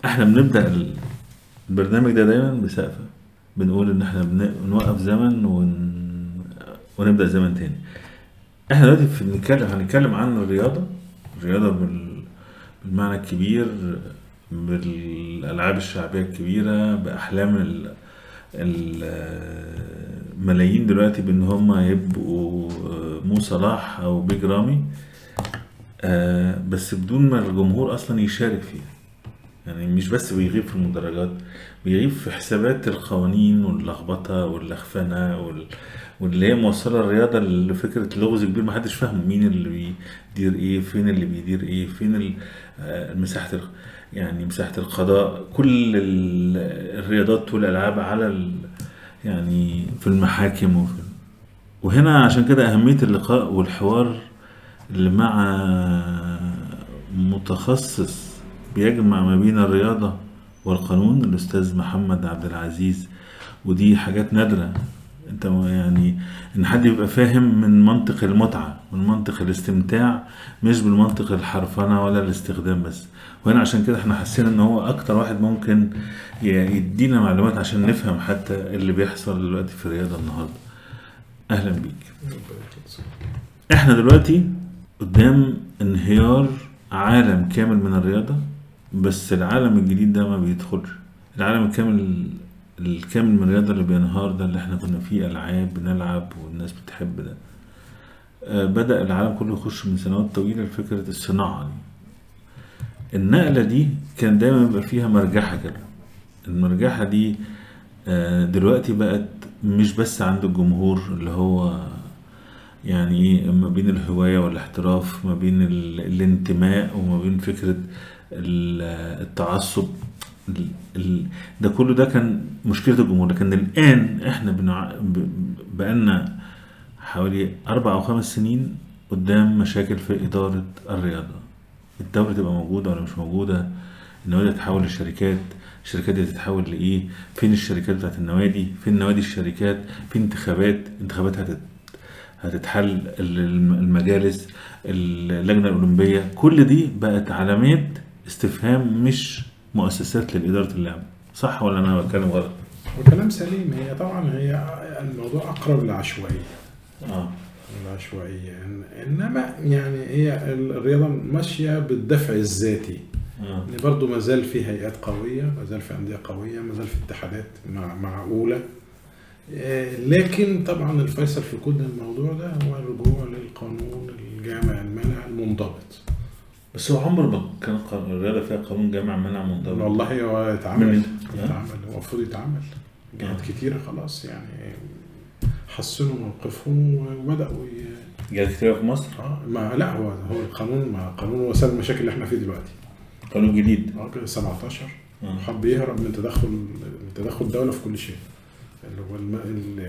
احنا بنبدأ البرنامج ده دايما بسقفة، بنقول ان احنا بنوقف زمن ونبدأ زمن تاني. احنا دلوقتي هنتكلم عن الرياضة بالمعنى الكبير، بالألعاب الشعبية الكبيرة، بأحلام الملايين دلوقتي بان هم يبقوا مو صلاح او بيج رامي، بس بدون ما الجمهور اصلا يشارك فيها. يعني مش بس بيغيب في المدرجات، بيغيب في حسابات القوانين واللخبطة واللخفنة واللي هي موصلة الرياضة لفكرة لغز كبير محدش فاهمه، مين اللي بيدير ايه، فين اللي بيدير ايه، فين يعني مساحة القضاء. كل الرياضات والألعاب على يعني في المحاكم وهنا عشان كده أهمية اللقاء والحوار اللي مع متخصص بيجمع ما بين الرياضة والقانون، الأستاذ محمد عبد العزيز. ودي حاجات نادرة، انت يعني ان حد يبقى فاهم من منطق المتعة، من منطق الاستمتاع، مش بالمنطق الحرفنة ولا الاستخدام بس. وهنا عشان كده احنا حسينا ان هو اكتر واحد ممكن يدينا معلومات عشان نفهم حتى اللي بيحصل دلوقتي في الرياضة النهاردة. اهلا بيك. احنا دلوقتي قدام انهيار عالم كامل من الرياضة، بس العالم الجديد ده ما بيدخلش. العالم الكامل من الرياضة اللي بينهار ده، اللي احنا كنا فيه ألعاب بنلعب والناس بتحب ده، بدأ العالم كله يخش من سنوات طويلة لفكرة الصناعة دي. النقلة دي كان دايما يبقى فيها مرجحة كده. المرجحة دي دلوقتي بقت مش بس عند الجمهور، اللي هو يعني ايه، ما بين الهواية والاحتراف، ما بين الانتماء وما بين فكرة التعصب. ده كله ده كان مشكلة الجمهور. لكن الآن احنا بقالنا حوالي 4 أو 5 سنين قدام مشاكل في إدارة الرياضة. الدولة تبقى موجودة ولا مش موجودة، النوادي تتحول للشركات، الشركات دي تتحول لإيه، فين الشركات بتاعت النوادي، فين نوادي الشركات، فين انتخابات هتتحل، المجالس، اللجنة الأولمبية. كل دي بقت علامات استفهام، مش مؤسسات لإدارة اللعبة. صح ولا أنا بتكلم غلط؟ وكلام سليم. هي طبعا الموضوع أقرب للعشوائية. العشوائية إنما يعني هي الرياضة ماشية بالدفع الذاتي. يعني برضو ما زال في هيئات قوية، ما زال في أندية قوية، ما زال في اتحادات معقولة. لكن طبعا الفيصل في كل الموضوع ده هو الرجوع للقانون الجامع المانع المنضبط. بس هو عمر ما كان الرياضة فيها قانون جامع منع منضبط. والله هو يتعمل، هو المفروض يتعمل. جهات كتيرة خلاص يعني حسنوا موقفهم وبدأوا جهات كتيرة في مصر. ما لا هو قانون وسائل المشاكل اللي احنا فيه دلوقتي، قانون جديد 17 حب يهرب من تدخل الدولة في كل شيء. اللي هو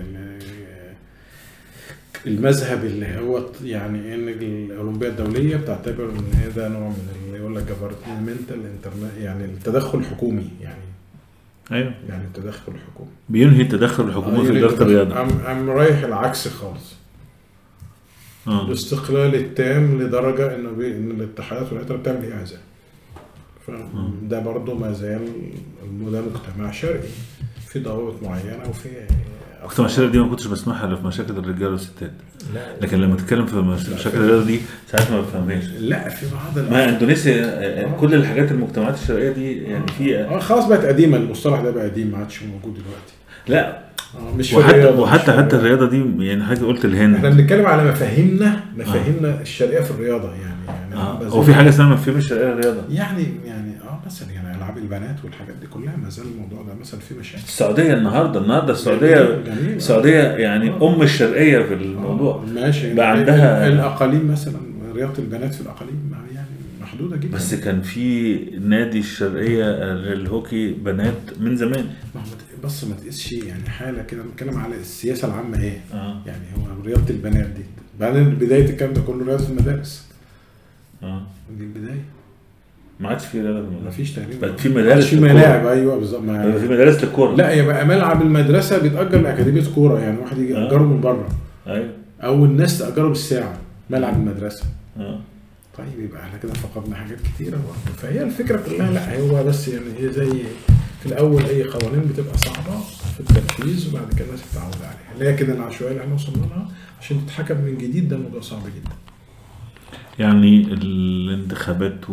المذهب اللي هو يعني ان الاولمبيه الدوليه بتعتبر ان ده نوع من اللي يقول لك جفرمنتال يعني التدخل الحكومي. يعني ايوه، يعني التدخل الحكومي بينهي التدخل الحكومي في اداره الرياضه. ام رايح العكس خالص. الاستقلال التام لدرجه ان الاتحادات والاتحادات بتعمل اعزاء. فده برضو ما زال ده مجتمع شرقي في ضوابط معينه، وفي مجتمع الشرقي دي ما كنتش بسمعها الا في مشاكل الرجال والستات. لكن لما تتكلم في مشاكل الرياضه دي ساعات ما بفهمهاش. لا في بعض ما اندونيسيا كل الحاجات المجتمعات الشرقيه دي يعني في خلاص بقت قديمه. المصطلح ده بقى قديم، ما عادش موجود دلوقتي. لا مش وحتى الرياضه دي يعني حاجه قلت الهند. احنا بنتكلم على مفاهيمنا الشرقيه في الرياضه. يعني هو في حاجه اسمها مفاهيم الشرقيه الرياضه. يعني مثلا يعني العاب البنات والحاجات دي كلها ما زال الموضوع ده مثلا في مشاكل. السعوديه النهارده السعوديه يعني الشرقيه في الموضوع. ماشي. بقى عندها الاقاليم مثلا رياضه البنات في الاقاليم يعني محدوده جدا. بس كان في نادي الشرقيه للهوكي بنات من زمان. بس ما تقيسش يعني حاله كده. بنتكلم على السياسه العامه ايه. يعني هو رياضه البنات دي بعدين بدايه الكلام ده كله رياضه المدارس. دي البدايه. ما عادش في رياضه، ما فيش تقريبا. بقت في مدارس، في ملاعب. ايوه بالظبط. في مدارس للكوره. لا يبقى ملعب المدرسه بيتاجر لاكاديميه كوره. يعني واحد يجي ياجره من بره. ايوه. او الناس تاجره بالساعه ملعب المدرسه. طيب يبقى احنا كده فقدنا حاجات كتيره برضه. فهي الفكره كلها لا هو بس يعني هي زي في الاول اي قوانين بتبقى صعبه في التنفيذ وبعد كده الناس بتتعود عليها، لكن العشوائيه اللي احنا وصلنا لها عشان تتحكم من جديد ده موضوع صعب جدا. يعني الانتخابات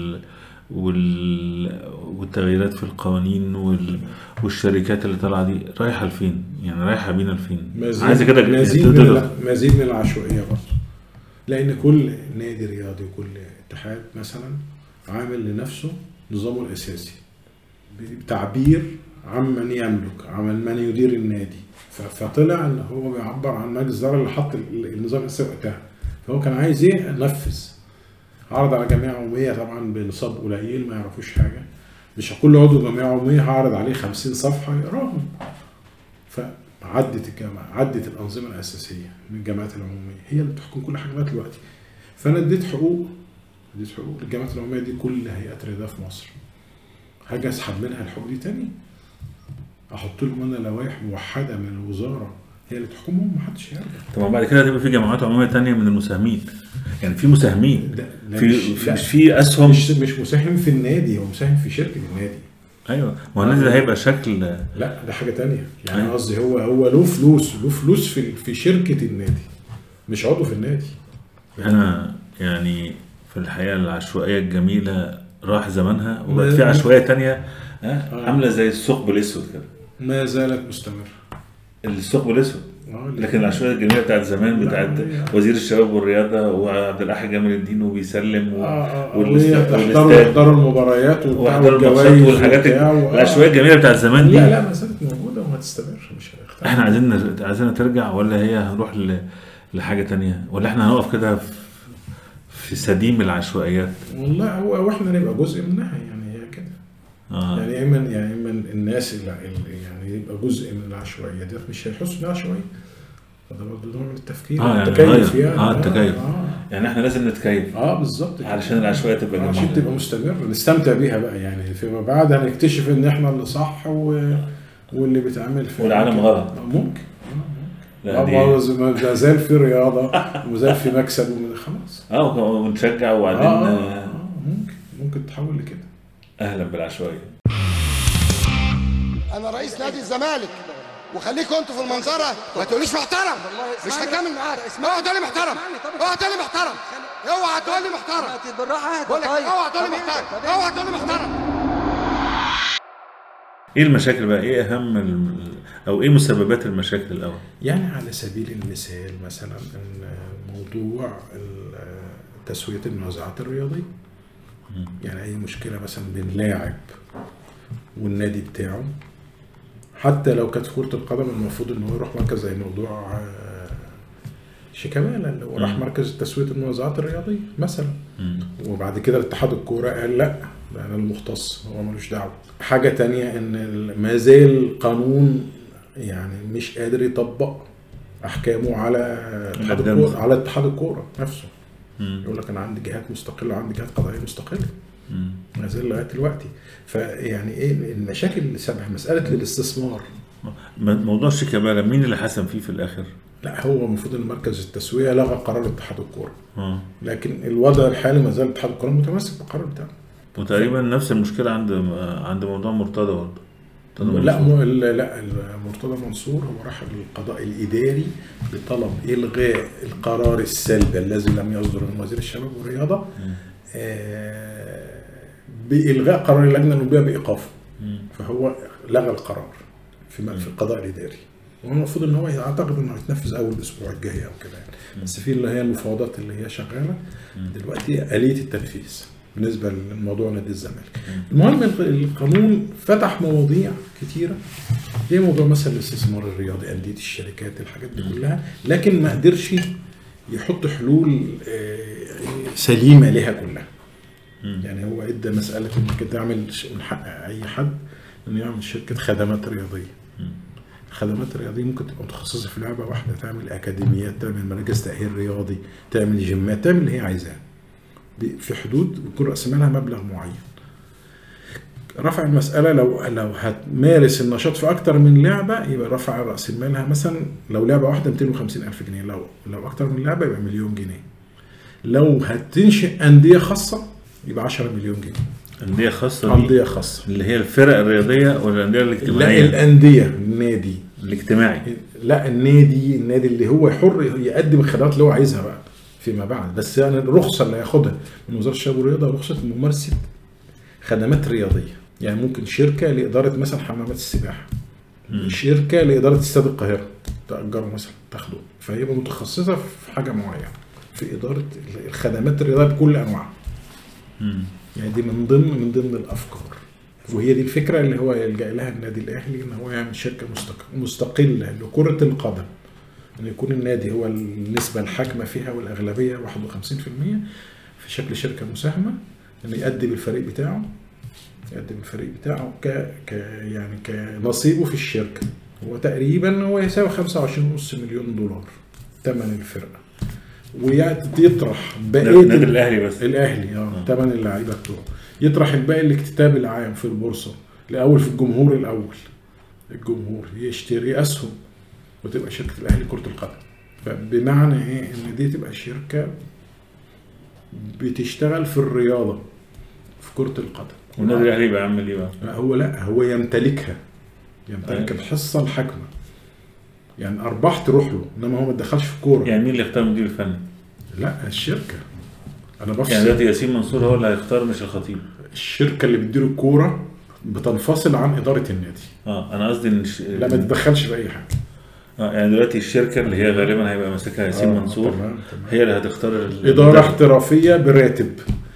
والتغييرات في القوانين والشركات اللي طالعه دي رايحه لفين؟ يعني رايحه بينا لفين؟ عايزه كده مزيد من العشوائيه برضه، لان كل نادي رياضي وكل اتحاد مثلا عامل لنفسه نظامه الاساسي بتعبير عمن يملك عمن من يدير النادي، فطلع ان هو بيعبر عن مجلس الاداره اللي حط النظام الاساسي وقتها، فهو كان عايز ايه؟ نفذ. عرض على جمعيه عموميه طبعا بنصاب قليل ما يعرفوش حاجه، مش كل عضو جمعيه عموميه هعرض عليه 50 صفحه يقراهم. فعدت الجامعه، عدت الانظمه الاساسيه من الجامعات العموميه هي اللي بتحكم كل حاجه لغايه دلوقتي. فانا اديت حقوق للجامعات العموميه دي، كل هيئات الرياضه في مصر. حاجه اسحب منها الحقوق دي تاني؟ احط لهم انا لوائح موحده من الوزاره هي اللي تحكمهم؟ محدش يرجع. طبعا بعد كده هتبقى في جماعات عموميه تانية من المساهمين، يعني في مساهمين مش في اسهم، مش مساهم في النادي، هو مساهم في شركه النادي. ايوه، ما هو النادي ده هيبقى شكل، لا ده حاجه تانية يعني. قصدي هو له فلوس في شركه النادي، مش عضو في النادي. انا يعني في الحقيقه العشوائيه الجميله راح زمانها وبقت في عشوائيه تانية عامله زي الثقب الاسود كده، ما زالت مستمره الثقب الاسود. لكن العشوائيه الجميله بتاعت زمان بتاعت وزير الشباب والرياضه وعبد الأحد جمال الدين وبيسلم ويحضروا المباريات والجوائز والحاجات العشوائيه الجميله بتاعت زمان دي. لا ما زالت موجوده وهتستمر، مش هتختفي. احنا عايزينها ترجع، ولا هي هنروح لحاجه تانية، ولا احنا هنقف كده في سديم العشوائيات؟ والله هو احنا نبقى جزء منها يعني، هي كده. يعني اما الناس اللي يعني يبقى جزء من العشوائيه دي مش هيحسوا انها عشوائيه. ده برضه نوع من التفكير، التكيف يعني. التكيف. يعني احنا لازم نتكيف. بالظبط، علشان العشوائيه تبقى جميله، عشان تبقى مستمره نستمتع بيها بقى يعني. فيما بعد هنكتشف ان احنا اللي صح واللي بيتعمل في والعالم غلط. ممكن ما زال في رياضه وما زال في مكسب خلاص. ونشجع وبعدين ممكن تتحول لكده. اهلا بالعشوائيه. انا رئيس نادي الزمالك، وخليكم انتوا في المنظره ما تقوليش محترم. مش هكمل معاك. اوعى تقول لي محترم، اوعى تقول لي محترم، اوعى تقول لي محترم. اوعى تقول لي محترم، اوعى تقول لي محترم. ايه المشاكل بقى؟ ايه اهم او ايه مسببات المشاكل الاول؟ يعني على سبيل المثال مثلا موضوع تسويه المنازعات الرياضيه. يعني اي مشكله مثلا بين لاعب والنادي بتاعه، حتى لو كانت في كرة القدم المفروض ان هو يروح مركز زي موضوع شيكابالا اللي هو راح مركز تسوية المنازعات الرياضية مثلا، وبعد كده الاتحاد الكورة قال لا ده انا المختص، هو ملوش دعوة. حاجة تانية ان ما زال قانون يعني مش قادر يطبق احكامه على اتحاد الكورة نفسه. يقول لك انا عندي جهات مستقلة وعندي جهات قضائية مستقلة، ما زال لغايه دلوقتي. فيعني ايه المشاكل اللي سبب مساله الاستثمار؟ موضوع شيكابالا مين اللي حسم فيه في الاخر؟ لا هو المفروض ان مركز التسويه لغى قرار اتحاد الكوره، لكن الوضع الحالي ما زال اتحاد الكوره متمسك بالقرار بتاعه. وتقريبا نفس المشكله عند موضوع مرتضى برضه. لا مرتضى منصور هو راح للقضاء الاداري بطلب الغاء القرار السلبي الذي لم يصدر من وزير الشباب والرياضه بإلغاء قرار اللجنة الأولمبية بإيقافه. فهو لغى القرار في القضاء الإداري، والمفروض إن هو يعتقد إنه يتنفذ أول الأسبوع الجاي أو كده يعني. بس في اللي هي المفاوضات اللي هي شغالة دلوقتي آلية التنفيذ بالنسبة للموضوع نادي الزمالك. المهم القانون فتح مواضيع كتيرة زي موضوع مثلا الاستثمار الرياضي، أندية الشركات، الحاجات دي كلها، لكن ما قدرش يحط حلول سليمة لها كلها. يعني هو ادى مساله انك تعمل من حق اي حد انه يعمل شركه خدمات رياضيه. الخدمات الرياضيه ممكن تبقى متخصصه في لعبه واحده، تعمل اكاديميات، تعمل مراكز تاهيل رياضي، تعمل جيمات، تعمل اللي هي عايزاه في حدود يكون راس مالها مبلغ معين. رفع المساله لو هتمارس النشاط في اكتر من لعبه يبقى رفع راس مالها مثلا لو لعبه واحده 250,000 جنيه، لو اكتر من لعبه يبقى 1,000,000 جنيه. لو هتنشئ أندية خاصة يبقى 10 مليون جنيه. أندية خاصة أندية خاصة اللي هي الفرق الرياضية ولا الأندية لا الاجتماعية؟ الأندية النادي الاجتماعي. لا النادي اللي هو حر يقدم الخدمات اللي هو عايزها بقى فيما بعد. بس يعني الرخصة اللي ياخدها من وزارة الشباب والرياضة رخصة ممارسة خدمات رياضية. يعني ممكن شركة لإدارة مثلا حمامات السباحة، شركة لإدارة استاد القاهرة تأجره مثلا تاخده، فهي متخصصة في حاجة معينة في إدارة الخدمات الرياضية بكل أنواعها. يعني دي من ضمن الأفكار، وهي دي الفكرة اللي هو يلجأ لها النادي الأهلي، إن هو يعمل شركة مستقلة لكرة القدم، أن يكون النادي هو النسبة الحاكمة فيها والأغلبية 51% في شكل شركة مساهمة، أن يقدم الفريق بتاعه يعني كنصيبه في الشركة. هو تقريبا هو يساوي 25.5 مليون دولار ثمن الفرقة، ويطرح بقية النادي الأهلي بس الأهلي ثمن اللعيبة بتوعه، يطرح الباقي الاكتتاب العام في البورصة الأول في الجمهور الأول، الجمهور يشتري أسهم وتبقى شركة الأهلي كرة القدم. فبمعنى إيه؟ إن دي تبقى شركة بتشتغل في الرياضة في كرة القدم. والنادي الأهلي بقى عامل إيه بقى؟ هو يمتلك الحصة الحاكمة، يعني أرباح تروح له، إنما هو ما تدخلش في كورة. يعني مين اللي يختار مدير الفني؟ لا الشركة. أنا بفصل. يعني دلوقتي ياسين منصور هو اللي هيختار مش الخطيب؟ الشركة اللي بتدير الكورة بتنفصل عن إدارة النادي. أنا قصدي إن لا ما تتدخلش في أي حاجة. يعني دلوقتي الشركة اللي هي غالبا هيبقى ماسكها ياسين منصور تمام. هي اللي هتختار إدارة احترافية براتب.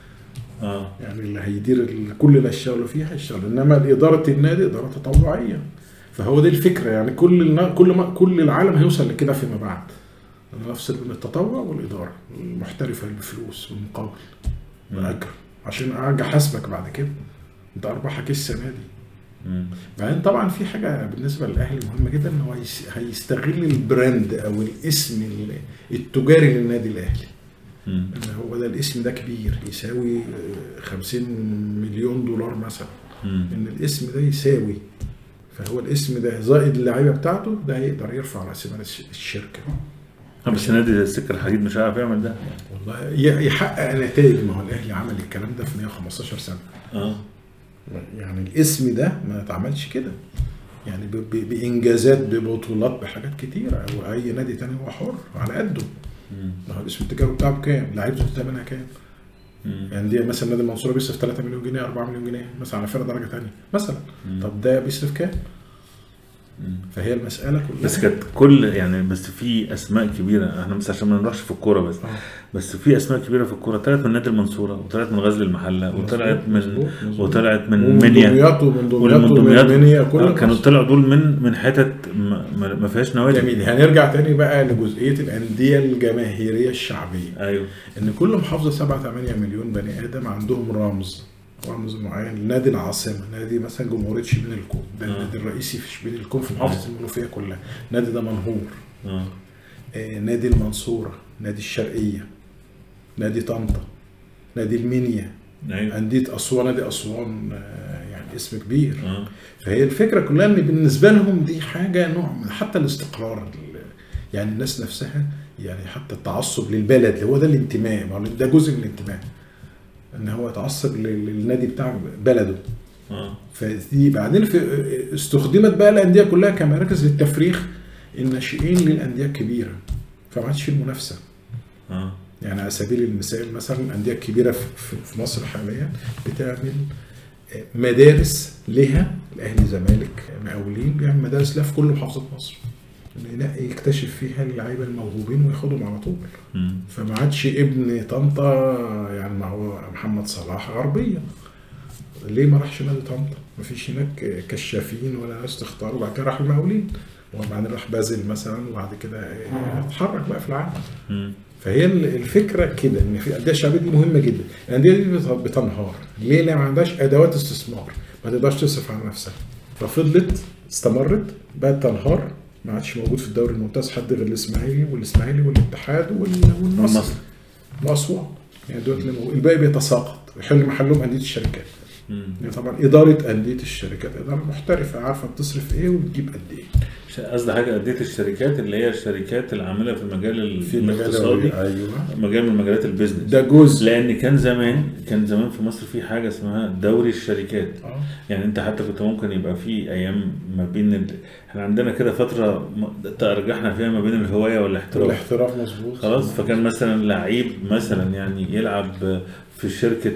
يعني اللي هيدير كل اللي هيشتغلوا فيها هيشتغلوا، انما إدارة النادي إدارة تطوعية. فهو دي الفكرة، يعني كل العالم هيوصل لكده فيما بعد، أنا أفصل بين التطوع والإدارة المحترفة بالفلوس والمقابل والأجر، عشان أرجع حسبك بعد كده أنت أرباحك السنة دي. بعدين طبعا في حاجة بالنسبة للأهلي مهمة جدا، إن هو هيستغل البراند أو الاسم التجاري للنادي الأهلي. إن هو ده الاسم ده كبير يساوي 50 مليون دولار مثلا، إن الاسم ده يساوي، فهو الاسم ده زائد اللعيبة بتاعته ده هيقدر يرفع على سمعة الشركة. بس نادي السكة الحديد مش عارف يعمل ده والله يحقق نتائج. ما هو الأهلي عمل الكلام ده في 115 سنة. يعني الاسم ده ما اتعملش كده، يعني بإنجازات ببطولات بحاجات كتيرة، أو أي نادي تاني هو حر على قده. ما هو الاسم التجاري بتاعه بكام؟ لعيبته ثمنها كام؟ يعني دي مثلا نادي المنصورة بيصرف 3 مليون جنيه 4 مليون جنيه مثلا على فرقة درجة تانية مثلا. طب ده بيصرف كام؟ فهي المسألة كلها. بس كانت يعني بس في أسماء كبيرة، احنا بس عشان ما نروحش في الكورة بس. بس في أسماء كبيرة في الكورة طلعت من نادي المنصورة، وطلعت من غزل المحلة، وطلعت من منيا، ومن منيا، كانوا طلعوا دول من حتت ما فيهاش نوادي. جميل. هنرجع تاني بقى لجزئية الأندية الجماهيرية الشعبية. أيوه. إن كل محافظة 7-8 مليون بني آدم عندهم رمز معين. نادي العاصمة، نادي مثلا جمهورية شبين الكوم، ده النادي الرئيسي في شبين الكوم في محافظة المنوفية كلها. نادي ده منهور. نادي المنصورة، نادي الشرقية، نادي طنطا، نادي المنيا. أندية أسوان، نادي أسوان، يعني اسم كبير. فهي الفكرة كلها إن بالنسبة لهم دي حاجة نوع من حتى الاستقرار، يعني الناس نفسها، يعني حتى التعصب للبلد هو ده الانتماء، ده جزء من الانتماء، ان هو يتعصب للنادي بتاع بلده. فدي بعدين استخدمت بقى الانديه كلها كمراكز للتفريخ الناشئين للانديه الكبيره، فما عادش في المنافسه. يعني على سبيل المثال مثلا الانديه الكبيره في مصر حاليا بتعمل مدارس لها، الاهلي زمالك مقاولين بيعمل مدارس لها في كل محافظات مصر، ينقي يكتشف فيها اللعيبه الموهوبين وياخدهم على طول. فما عادش ابن طنطا، يعني ما هو محمد صلاح غربيه، ليه ما راحش نادي طنطا؟ ما فيش هناك كشافين ولا ناس تختار، وبعد كده راح المقاولين، وبعدين راح بازل مثلا، وبعد كده اتحرك بقى في العالم. فهي الفكره كده، ان في الانديه الشعبيه دي مهمه جدا. الانديه دي بتنهار ليه؟ لان ما عندهاش ادوات استثمار، ما تقدرش تصرف على نفسها، ففضلت استمرت بقت تنهار. ما عادش موجود في الدوري الممتاز حد غير الاسماعيلي والاتحاد والمصري واسوان، يعني دول الباقي بيتساقط، يحل محلهم انديه الشركات. يعني طبعا اداره انديه الشركات اداره محترفه عارفه بتصرف ايه وبتجيب قد ايه. قصدي حاجه انديه الشركات اللي هي الشركات العامله في المجال الاقتصادي. ايوه مجال من مجالات البيزنس ده جزء. لان كان زمان في مصر في حاجه اسمها دوري الشركات. يعني انت حتى كنت ممكن يبقى في ايام ما بين احنا عندنا كده فتره ترجحنا فيها ما بين الهوايه والاحتراف مظبوط خلاص. فكان مثلا لعيب مثلا يعني يلعب في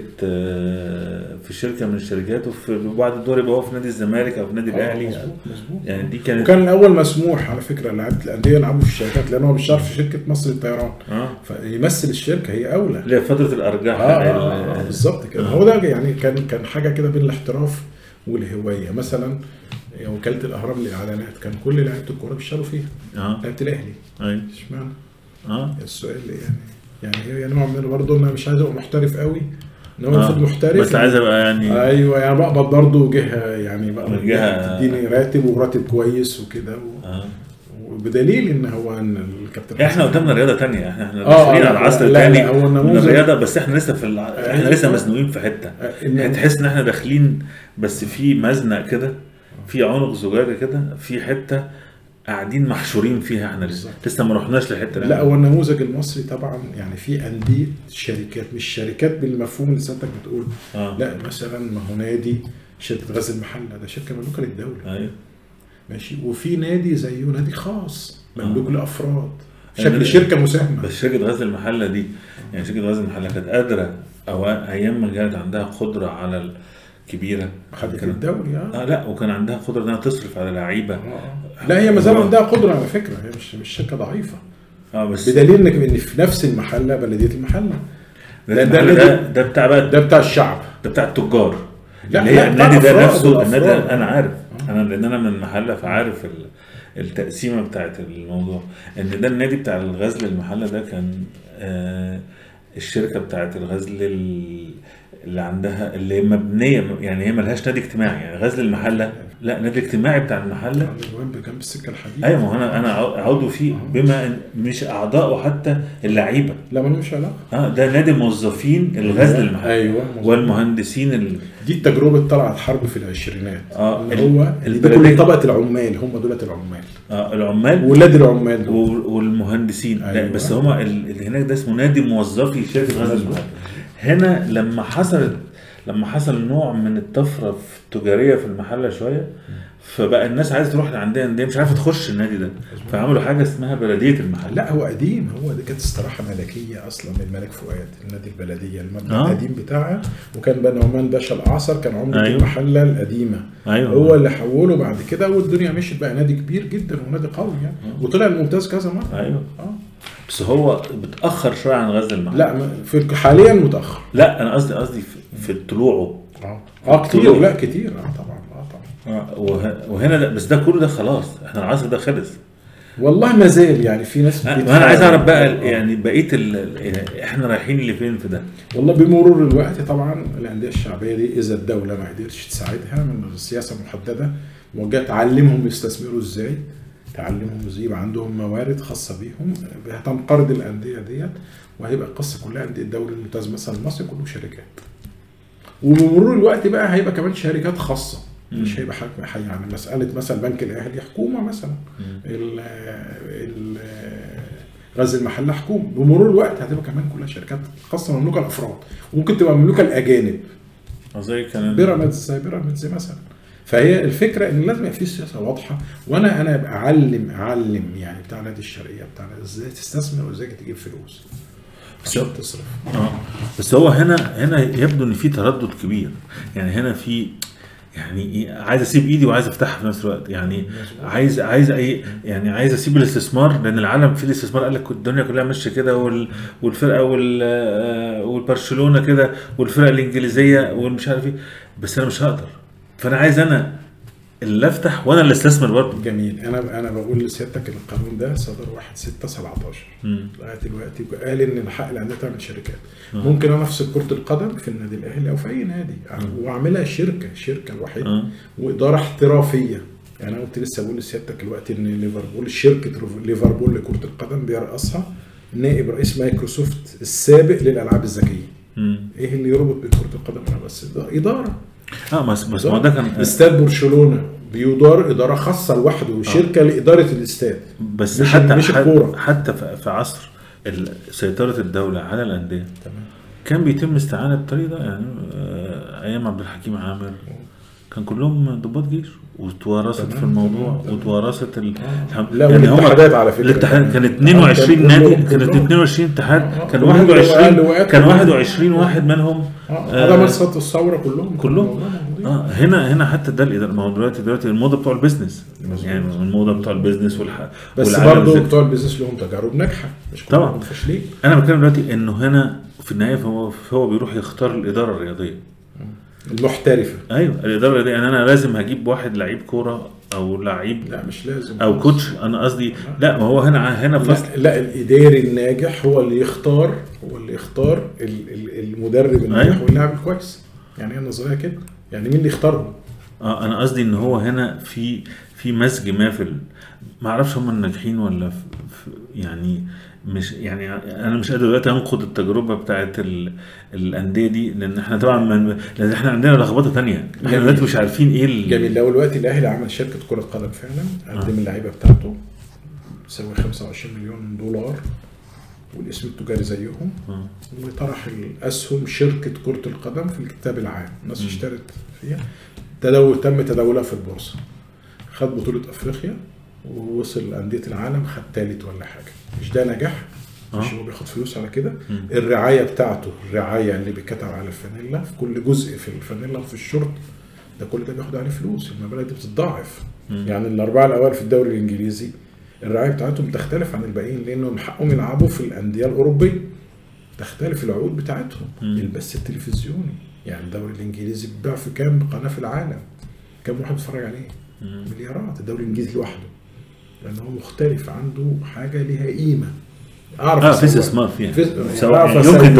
شركه من الشركات وبعد الدور يبقى هو في نادي الزمالك او في نادي الاهلي. مظبوط. يعني دي كانت وكان الاول مسموح على فكره لعيبه الانديه يلعبوا في الشركات لان هو بيشتغل في شركه مصر للطيران. فيمثل الشركه هي اولى لفتره الارجاح. بالظبط كده. هو ده يعني كان حاجه كده بين الاحتراف والهوايه. مثلا وكاله الاهرام للاعلانات كان كل لعيبه الكوره بيشتغلوا فيها. لعيبه الاهلي اشمعنى؟ السؤال يعني هي نوع من برضه انا مش عايز ابقى محترف قوي ان هو المفروض محترف بس عايز ابقى يعني ايوه يعني بقبض برضه جهه يعني بقى تديني راتب وراتب كويس وكده وبدليل ان هو ان الكابتن احنا قدامنا رياضه تانية. احنا داخلين على عصر تاني من الرياضه بس احنا لسه احنا لسه مزنوقين في حته. تحس ان احنا داخلين بس في مزنق كده في عنق زجاجه كده في حته قاعدين محشورين فيها. احنا لسه ما رحناش للحته لا هو النموذج المصري طبعا يعني في انديه شركات مش شركات بالمفهوم اللي سيادتك بتقول. لا مثلا ما هو نادي شركه غزل المحله ده شركه مملوكه للدوله. ايوه ماشي. وفي نادي زيه نادي خاص مملوك لافراد شكل شركه مساهمه. بس شركه غزل المحله دي يعني شركه غزل المحله كانت قادره او ايام ما كانت عندها قدره على كبيره خدت الدوري. لا وكان عندها قدره انها تصرف على لعيبه. لا هي ما زال عندها قدره على فكره. هي مش شركه ضعيفه بس بدليل ان في نفس المحله بلديه المحله ده بتاع بقى ده بتاع الشعب ده بتاع التجار. لا هي النادي ده نفسه النادي انا عارف لان انا من المحله فعارف التقسيمه بتاعت الموضوع. ان ده النادي بتاع الغزل المحله ده كان الشركه بتاعت الغزل اللي عندها اللي مبنيه يعني هي ملهاش نادي اجتماعي. يعني غزل المحله لا نادي اجتماعي بتاع المحله جنب السكه الحديد. ايوه ما انا عضو فيه بما مش اعضاء حتى اللعيبه. لا ملوش علاقه. ده نادي موظفين الغزل المحله. ايوه والمهندسين دي التجربه طلعت حرب في العشرينات. اللي هو كل طبقه العمال هم دولت العمال. العمال ولاد العمال والمهندسين. أيوة. بس هم اللي هناك ده اسمه نادي موظفي شركه غزل المحله. هنا لما حصل نوع من الطفره في التجاريه في المحله شويه فبقى الناس عايزه تروح لعندها انديه مش عارفه تخش النادي ده فعملوا حاجه اسمها بلديه المحله. لا هو قديم. هو دي كانت استراحه ملكيه اصلا من الملك فؤاد النادي البلديه المبنى القديم بتاعها. وكان بقى نعمان باشا الاعصر كان عمده المحله القديمه. هو اللي حوله بعد كده والدنيا مشيت بقى نادي كبير جدا ونادي قوي يعني وطلع الممتاز كذا مره. بس هو بتاخر شويه عن غزل المحله. لا في حاليا متاخر. لا انا قصدي في طلوعه كتير. لا كتير طبعا. وهنا بس ده كله ده خلاص احنا العصر ده خلص والله ما زال يعني في ناس انا عايز اعرف بقى يعني بقيه احنا رايحين لفين في ده. والله بمرور الوقت طبعا الانديه الشعبيه دي اذا الدوله ما قدرتش تساعدها من سياسه محدده موجهه تعلمهم يستثمروا ازاي تعلمهم ازاي يبقى عندهم موارد خاصه بيهم هتنقرض الانديه ديت وهيبقى القصه كلها عند الدوري الممتاز مثلا مصر كله شركات. وبمرور الوقت بقى هيبقى كمان شركات خاصه مش هيبقى حاجه يعني مساله مثلا بنك الاهلي حكومه مثلا غزل المحله حكومه. بمرور الوقت هتبقى كمان كلها شركات خاصه مملوكه للافراد وممكن تبقى مملوكه للاجانب زي كان بيراميدز مثلا. فهي الفكره ان لازم يبقى في سياسه واضحه وانا ابقى اعلم يعني بتاع نادي الشرقيه بتاع ازاي تستثمر وازاي تجيب فلوس عشان تصرف. بس هو هنا يبدو ان في تردد كبير. يعني هنا في يعني عايز اسيب ايدي وعايز افتحها في نفس الوقت. يعني عايز يعني عايز اسيب الاستثمار لان العالم فيه الاستثمار قال لك الدنيا كلها ماشيه كده والفرقه والبرشلونه كده والفرقه الانجليزيه والمش عارف ايه. بس انا مش هقدر. فانا عايز انا اللي افتح وانا اللي استثمر برضه. جميل. انا بقول لسيادتك القانون ده صدر 1/6/17 لغايه دلوقتي قال ان الحق الانديه تعمل شركات. ممكن انا افصل كره القدم في النادي الاهلي او في اي نادي واعملها شركه الوحيده واداره احترافيه. يعني انا كنت لسه بقول لسيادتك دلوقتي ان ليفربول شركه ليفربول لكره القدم بيرأسها نائب رئيس مايكروسوفت السابق للالعاب الذكيه. ايه اللي يربط بين كره القدم؟ انا بس اداره بس ما ده كان استاد برشلونة بيدار إدارة خاصة لوحده وشركة لإدارة الاستاد، بس مش الكورة. حتى في عصر سيطرة الدولة على الأندية كان بيتم استعانة بالطريقة ده. يعني أيام عبد الحكيم عامر كان كلهم ضباط جيش وتوارثت في الموضوع وتوارثت لا يعني هم على فكرة الاتحاد كان 22 نادي، كانت 22 اتحاد، كان 21 واحد منهم هذا مرصد الثورة كلهم. هنا حتى ده الإدارة. ما هو دلوقتي الموضة بتوع البيزنس، يعني الموضة بتوع البيزنس بس برضه بتوع البيزنس لهم تجارب ناجحة، مش طبعا فاشلين. أنا بتكلم دلوقتي إنه هنا في النهاية هو بيروح يختار الإدارة الرياضية المحترفة. ايوه الاداره دي. يعني انا لازم هجيب واحد لعيب كوره او لعيب، لا مش لازم، او كوتش. انا قصدي لا، ما هو هنا فصل. لا الاداري الناجح هو اللي يختار المدرب الناجح واللاعب الكويس. يعني انا نظريه كده، يعني مين اللي يختارهم؟ انا قصدي ان هو هنا في مزج ما ما اعرفش هم الناجحين ولا يعني مش، يعني انا مش قادر دلوقتي انقد التجربه بتاعت الانديه دي، لان احنا طبعا لان احنا عندنا لخبطه ثانيه، احنا دلوقتي مش عارفين ايه جميل. لو الوقت الاهلي عمل شركه كره قدم فعلا، قدم اللعيبه بتاعته تساوي 25 مليون دولار والاسم التجاري زيهم، وطرح الاسهم شركه كره القدم في الكتاب العام، الناس اشترت فيها، تم تداولها في البورصه، خد بطوله افريقيا ووصل أندية العالم، خد ثالث ولا حاجة. مش ده نجاح؟ مش هو بياخد فلوس على كده؟ الرعاية بتاعته، الرعاية اللي بيتكتب على الفانيلا في كل جزء في الفانيلا وفي الشورت ده، كل ده بياخد عليه فلوس، المبالغ دي بتتضاعف. يعني الأربعة الأوائل في الدوري الإنجليزي الرعاية بتاعتهم تختلف عن الباقيين، لأنهم حقهم يلعبوا في الأندية الأوروبية، تختلف العقود بتاعتهم. البث التلفزيوني، يعني الدوري الإنجليزي بيباع في كام قناة في العالم؟ كام واحد بيتفرج عليه؟ مليارات. الدوري الإنجليزي لوحده لأنه مختلف، عنده حاجة لها قيمة. أعرف في استثمار فيها، يمكن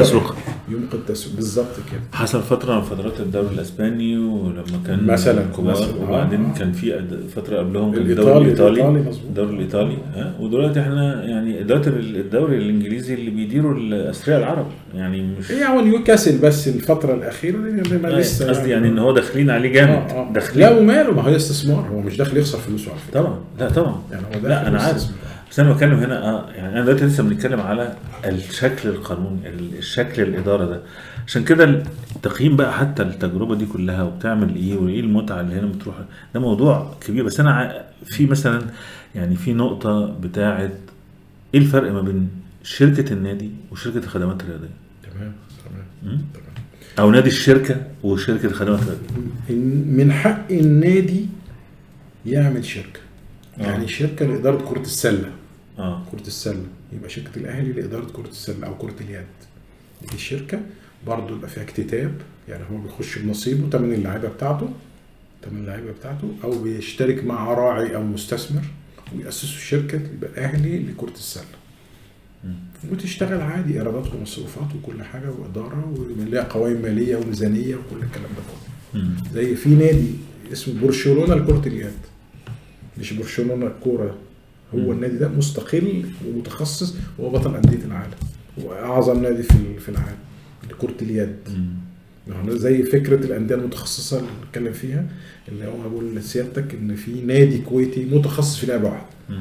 تسوق بالظبط كده. حصل فترة من فترات الدوري الإسباني، ولما كان مثلا وبعدين كان في فترة قبلهم كان الدوري الإيطالي ودلوقتي احنا يعني دلوقتي الدوري الإنجليزي اللي بيديروا الأثرياء العرب، يعني مش هو نيوكاسل بس الفترة الأخيرة ما لسه قصدي يعني إن هو داخلين عليه جامد. لا وماله، ما هو استثمار، هو مش داخل يخسر فلوسه على فكرة. طبعا لا طبعا يعني هو لا أنا عارف، بس أنا بتكلم هنا يعني أنا دلوقتي لسه بنتكلم على الشكل القانوني، الشكل الإدارة ده. عشان كده التقييم بقى حتى التجربة دي كلها وبتعمل إيه وإيه المتعة اللي هنا بتروح، ده موضوع كبير. بس أنا في مثلا يعني في نقطة بتاعت إيه الفرق ما بين شركة النادي وشركة الخدمات الرياضية؟ تمام. أو نادي الشركة وشركة الخدمات الرياضية. من حق النادي يعمل شركة، يعني شركة لإدارة كرة السلة. كرة السلة يبقى شركة الأهلي لإدارة كرة السلة أو كرة اليد. دي الشركة برضو يبقى فيها اكتتاب، يعني هو بيخش بنصيبه تمن اللعيبة بتاعته أو بيشترك مع راعي أو مستثمر ويأسسوا شركة يبقى الأهلي لكرة السلة، وتشتغل عادي، إيرادات ومصروفات وكل حاجة وإدارة، ولها قوائم مالية وميزانية وكل الكلام ده كله. زي في نادي اسمه برشلونة لكرة اليد، مش برشلونة الكورة، هو النادي ده مستقل ومتخصص، وهو بطل أندية العالم وأعظم نادي في العالم لكرة اليد. زي فكرة الأندية المتخصصة اللي بنتكلم فيها، اللي هو بقول لسيادتك إن في نادي كويتي متخصص في لعبة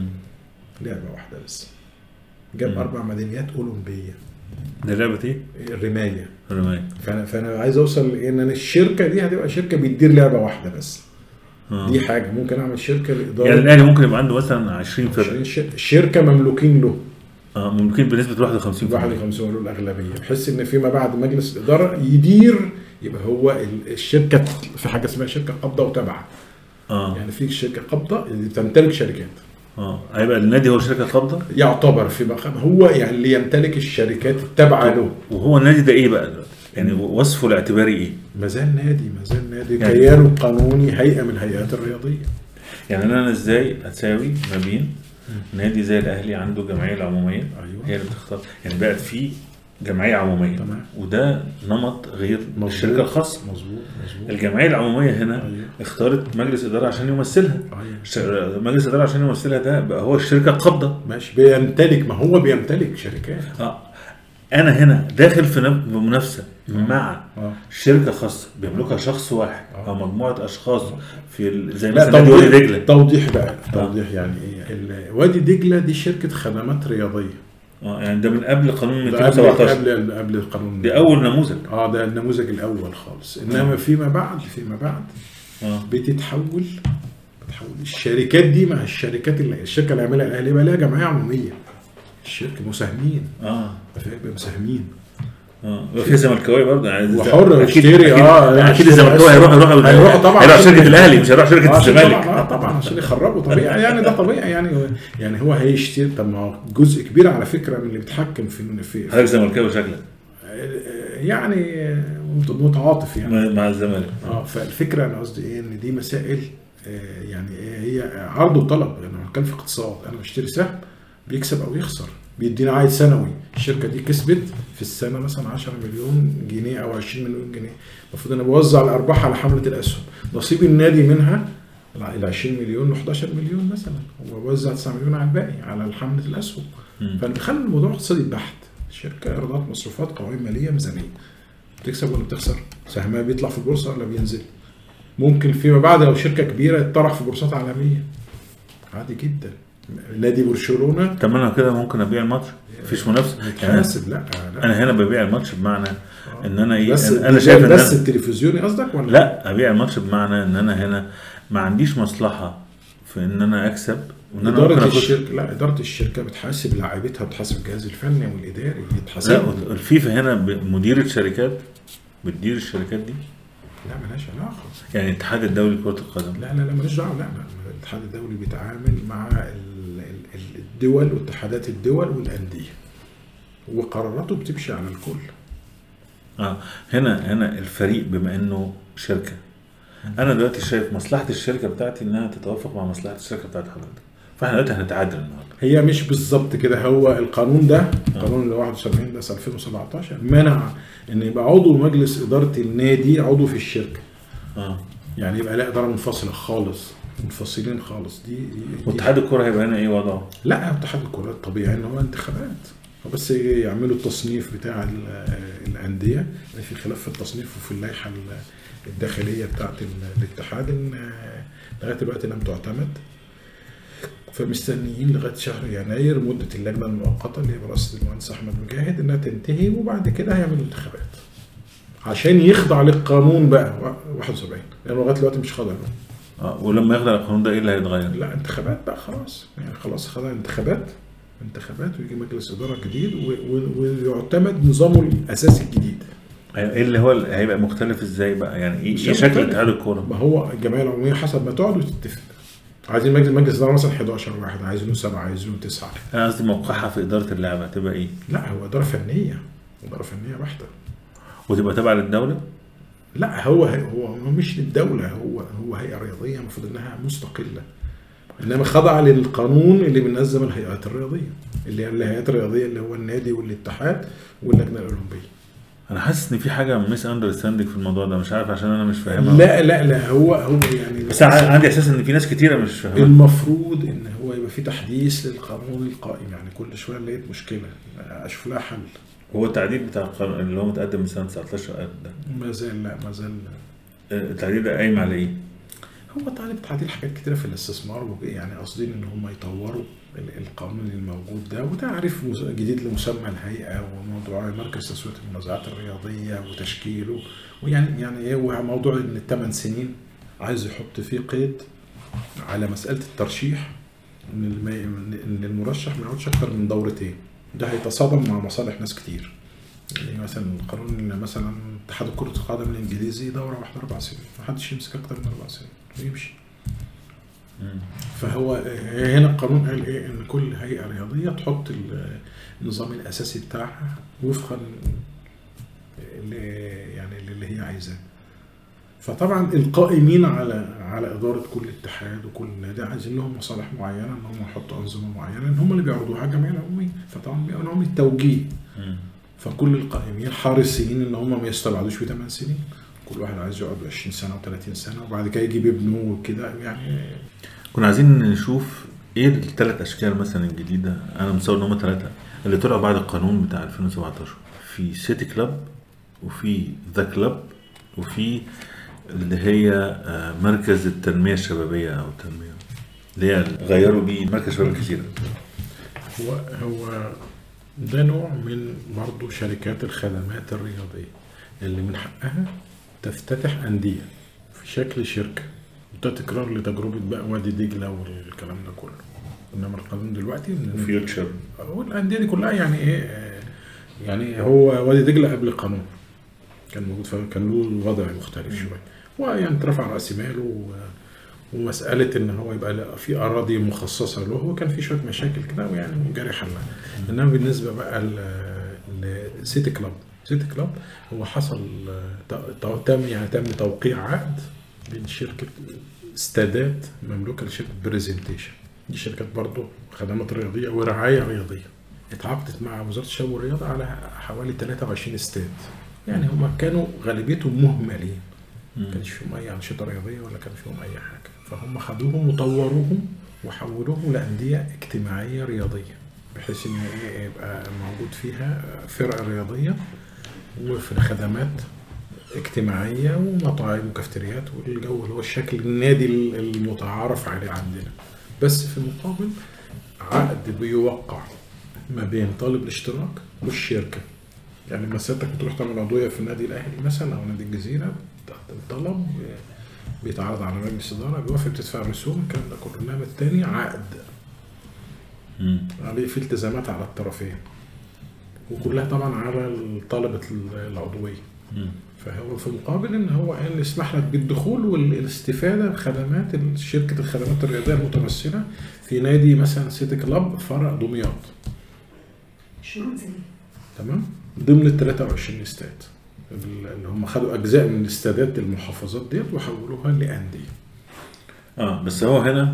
واحدة بس، جاب 4 ميداليات أولمبية. دي لعبة ايه؟ الرماية. فأنا عايز أوصل إن الشركة دي هتبقى شركة بيدير لعبة واحدة بس. دي حاجة ممكن أعمل شركة لإدارة، يعني الأهلي ممكن يبقى عنده مثلا 20 فرق شركة مملوكين له، ممكن بنسبة 51 له الأغلبية، بحيث إن فيما بعد مجلس الإدارة يدير، يبقى هو الشركة في حاجة اسمها شركة قبضة وتبعة. يعني في شركة قبضة اللي تمتلك شركات. هيبقى النادي هو شركة قبضة، يعتبر في مقام هو يعني اللي يمتلك الشركات التابعة له. وهو النادي ده ايه بقى يعني وصفه الاعتباري ايه؟ مازال نادي يعني كيانه قانوني هيئة من الهيئات الرياضية. يعني انا ازاي اتساوي ما بين نادي زي الاهلي عنده جمعية العمومية هي اللي بتختار، يعني بقت في جمعية عمومية وده نمط غير الشركة الخاصة. مظبوط. الجمعية العمومية هنا اختارت مجلس إدارة عشان يمثلها. مجلس إدارة عشان يمثلها ده بقى هو الشركة قبضة، ماشي، بيمتلك، ما هو بيمتلك شركات. أنا هنا داخل في منافسة مع شركه خاصه بيملكها شخص واحد او مجموعه اشخاص في زي لا، مثلا وادي دجله. توضيح بقى، توضيح يعني ايه. وادي دجله دي شركه خدمات رياضيه. يعني ده من قبل قانون 217. قبل القانون دي اول نموذج. ده النموذج الاول خالص. انما فيما بعد بتتحول الشركات دي مع الشركات اللي الشركه اللي عاملها الاهلي بقى لها جمعيه عموميه. الشركه مساهمين مساهمين في زملكاويه برضه يعني وحر يشتري. اكيد الزملكاويه هيروح طبعا، هيروح شركه الاهلي مش هيروح شركه الزمالك. طبعا عشان يخربوا طبيعي يعني، ده طبيعي يعني هو هيشتري. طب ما جزء كبير على فكره من اللي بيتحكم في حضرتك زملكاوي شكلك يعني متعاطف يعني مع الزمالك. فالفكره انا قصدي ايه، ان دي مسائل يعني هي عرض وطلب. يعني انا بتكلم في اقتصاد، انا بشتري سهم بيكسب او يخسر، بيدينا عائد سنوي. الشركه دي كسبت في السنه مثلا 10 مليون جنيه او 20 مليون جنيه، المفروض انا بوزع الارباح على حمله الاسهم. نصيب النادي منها ال 20 مليون ل 11 مليون مثلا، وبوزع 9 مليون على الباقي على حمله الاسهم. فانا بخلي الموضوع اقتصادي بحت. الشركه ايرادات، مصروفات، قوائم ماليه، ميزانيه، بتكسب ولا بتخسر، سهمها بيطلع في البورصه ولا بينزل. ممكن فيما بعد لو شركه كبيره يتطرح في بورصات عالميه عادي جدا. نادي برشلونه طب انا كده ممكن ابيع الماتش، مفيش منافسه يعني. لا انا هنا ببيع الماتش بمعنى ان انا انا شايف ان بس التلفزيوني قصدك ولا لا؟ ابيع الماتش بمعنى ان انا هنا ما عنديش مصلحه في ان انا اكسب، وان انا اداره الشركه. لا، اداره الشركه بتحاسب لاعيبتها، بتحاسب الجهاز الفني والاداري، بتحاسب. لا، الفيفا هنا مديره شركات بتدير الشركات دي. لا مالهاش علاقه يعني الاتحاد الدولي لكره القدم لا مالهاش دعوه. لا، الاتحاد الدولي بيتعامل مع الدول واتحادات الدول والانديه، وقراراته بتمشي على الكل. هنا الفريق بما انه شركه، انا دلوقتي شايف مصلحه الشركه بتاعتي انها تتوافق مع مصلحه الشركه بتاعت حضرتك، فاحنا دلوقتي هنتعادل النهارده. هي مش بالظبط كده. هو القانون ده قانون ال 71 ده 2017 منع ان يبقى عضو مجلس اداره النادي عضو في الشركه. يعني يبقى لا اداره منفصله خالص، منفصلين خالص. دي واتحاد الكره هيبقى هنا ايه وضعه؟ لا، اتحاد الكره الطبيعي ان هو انتخابات، بس يعملوا التصنيف بتاع الانديه. في خلاف في التصنيف وفي اللائحه الداخليه بتاعه الاتحاد لغايه دلوقتي لم تعتمد. فمستنيين لغايه شهر يناير مده اللجنه المؤقته اللي هي برئاسه المهندس احمد مجاهد انها تنتهي، وبعد كده هيعملوا انتخابات عشان يخضع للقانون بقى 71، لانه لغايه دلوقتي مش خاضع له. ولما يخضع القانون ده ايه اللي هيتغير؟ لا، انتخابات بقى خلاص. يعني خلاص خضع انتخابات ويجي مجلس اداره جديد ويعتمد نظامه الاساسي الجديد. ايه اللي هو هيبقى مختلف ازاي بقى؟ يعني ايه شكل اتحاد الكوره؟ ما هو الجمعيه العموميه حسب ما تقعد وتتفق. عايزين مجلس اداره مثلا 11 واحد، عايزينه 7، عايزينه 9. انا قصدي موقعها في اداره اللعبه تبقى ايه؟ لا، هو اداره فنيه بحته. وتبقى تابعه للدوله؟ لا، هو مش للدوله. هو هيئه رياضيه المفروض انها مستقله، انما خضع للقانون اللي بينظم الهيئات الرياضيه، اللي هي الهيئات الرياضيه اللي هو النادي والاتحاد واللجنه الاولمبيه. انا حاسس ان في حاجه ميس اندرستاندينج في الموضوع ده، مش عارف عشان انا مش فاهمها. لا هو يعني بس عندي احساس ان في ناس كتيره مش فاهمها. المفروض ان هو يبقى في تحديث للقانون القائم. يعني كل شويه لقيت مشكله اشوف لها حل. هو التعديل بتاع القانون اللي هو متقدم من سنه 19 ده ما زال التعديل ده قايم على ايه؟ هو تعديل حاجات كتيره في الاستثمار، يعني قاصدين ان هم يطوروا القانون الموجود ده، وتعريف جديد لمسمى الهيئه وموضوع مركز تسويه المنازعات الرياضيه وتشكيله. ويعني هو موضوع ان ال8 سنين عايز يحط فيه قيد على مساله الترشيح، ان المرشح ما يقعدش اكتر من دورتين. ده هيتصادم مع مصالح ناس كتير. يعني مثلا القانون مثلا اتحاد كرة القدم الانجليزي دوره واحده 4 سنين، ما حدش يمسك اكتر من 4 سنين ويمشي. فهو هنا القانون قال ايه؟ ان كل هيئه رياضيه تحط النظام الاساسي بتاعها وفقا اللي هي عايزاه. فطبعا القائمين على اداره كل اتحاد وكل نادي عايزين لهم مصالح معينه، ان هم يحطوا انظمه معينه، ان هم اللي بيعرضوها على الجمعيه العموميه، فطبعا بيبقى لهم التوجيه. فكل القائمين حريصين ان هم ما يستبعدوش في 8 سنين. كل واحد عايز يقعد 20 سنه و30 سنه، وبعد كده يجيب ابنه وكده. يعني كنا عايزين نشوف ايه ال3 اشكال مثلا الجديده. انا متصور ان هم 3 اللي طلعوا بعد القانون بتاع 2017 في سيتي كلاب وفي ذا كلاب، وفي اللي هي مركز التنمية الشبابية أو التنمية اللي هي غيروا بيه مركز شباب كثيرة. هو ده نوع من برضو شركات الخدمات الرياضية اللي من حقها تفتتح أندية في شكل شركة، وده تكرار لتجربة بقى وادي دجلة والكلام ده كله. إنما القانون دلوقتي فيوتشر والأندية دي كلها يعني إيه، يعني هو وادي دجلة قبل القانون كان موجود، فكان له وضع مختلف شوية، ويعني ترفع رأس ماله ومسألة إن هو يبقى في أراضي مخصصة له، وكان في شوية مشاكل كده ويعني جاري حلها. إنما بالنسبة بقى لسيتي كلاب، سيتي كلاب هو حصل تم توقيع عقد بين شركة استادات مملوكة لشركة بريزنتيشن، دي شركات برضو خدمات رياضية ورعاية رياضية، اتعاقدت مع وزارة الشباب والرياضة على حوالي 23 استاد. يعني هم كانوا غالبيتهم مهملين، كانش فيهم اي انشطه رياضيه ولا كان فيهم اي حاجه، فهم خدوهم وطوروهم وحولوهم لانديه اجتماعيه رياضيه، بحيث ان يبقى موجود فيها فرق رياضيه وفي خدمات اجتماعيه ومطاعم وكافتريات والجو اللي هو الشكل النادي المتعارف عليه عندنا. بس في المقابل عقد بيوقع ما بين طالب الاشتراك والشركه. يعني لما سيادتك بتروح تعمل عضويه في النادي الاهلي مثلا او نادي الجزيره، الطلب بيتعرض على مجلس الاداره، بيوافق تدفع رسوم الكلام ده كله. انما الثاني عقد عليه في التزامات على الطرفين، وكلها طبعا على طلبه العضويه. فهو في المقابل ان هو قال يسمح لك بالدخول والاستفاده بخدمات شركه الخدمات الرياضيه المتمثله في نادي مثلا سيتي كلاب فرع دمياط. تمام، ضمن ال 23 استاد اللي هم خدوا اجزاء من استادات المحافظات ديت وحولوها لانديه. بس هو هنا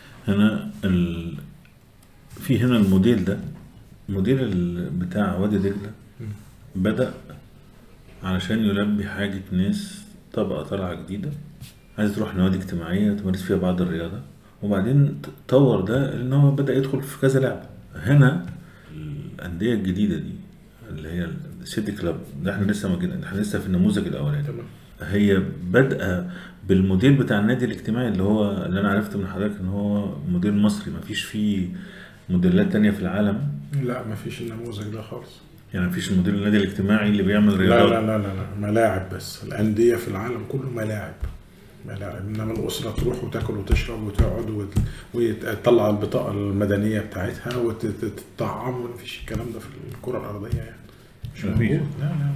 في هنا الموديل ده، الموديل بتاع وادي دجلة بدأ علشان يلبي حاجة ناس طبقة طالعة جديدة عايز تروح نوادي اجتماعية تمارس فيها بعض الرياضة، وبعدين طور ده ان هو بدأ يدخل في كذا لعبة. هنا الأندية الجديدة دي اللي هي سيتي كلاب ده احنا لسه في النموذج الاولاني، هي بدأ بالموديل بتاع النادي الاجتماعي اللي انا عرفت من حضرتك ان هو موديل مصري، مفيش فيه موديلات تانية في العالم. لا مفيش النموذج ده خالص، يعني مفيش الموديل النادي الاجتماعي اللي بيعمل رياضات. لا لا لا لا ملاعب بس. الأندية في العالم كله ملاعب، انما الأسرة تروح وتاكل وتشرب وتقعد وتطلع البطاقة المدنية بتاعتها وتطعم، مفيش الكلام ده في الكرة الأرضية يعني مش موجود. لا لا لا،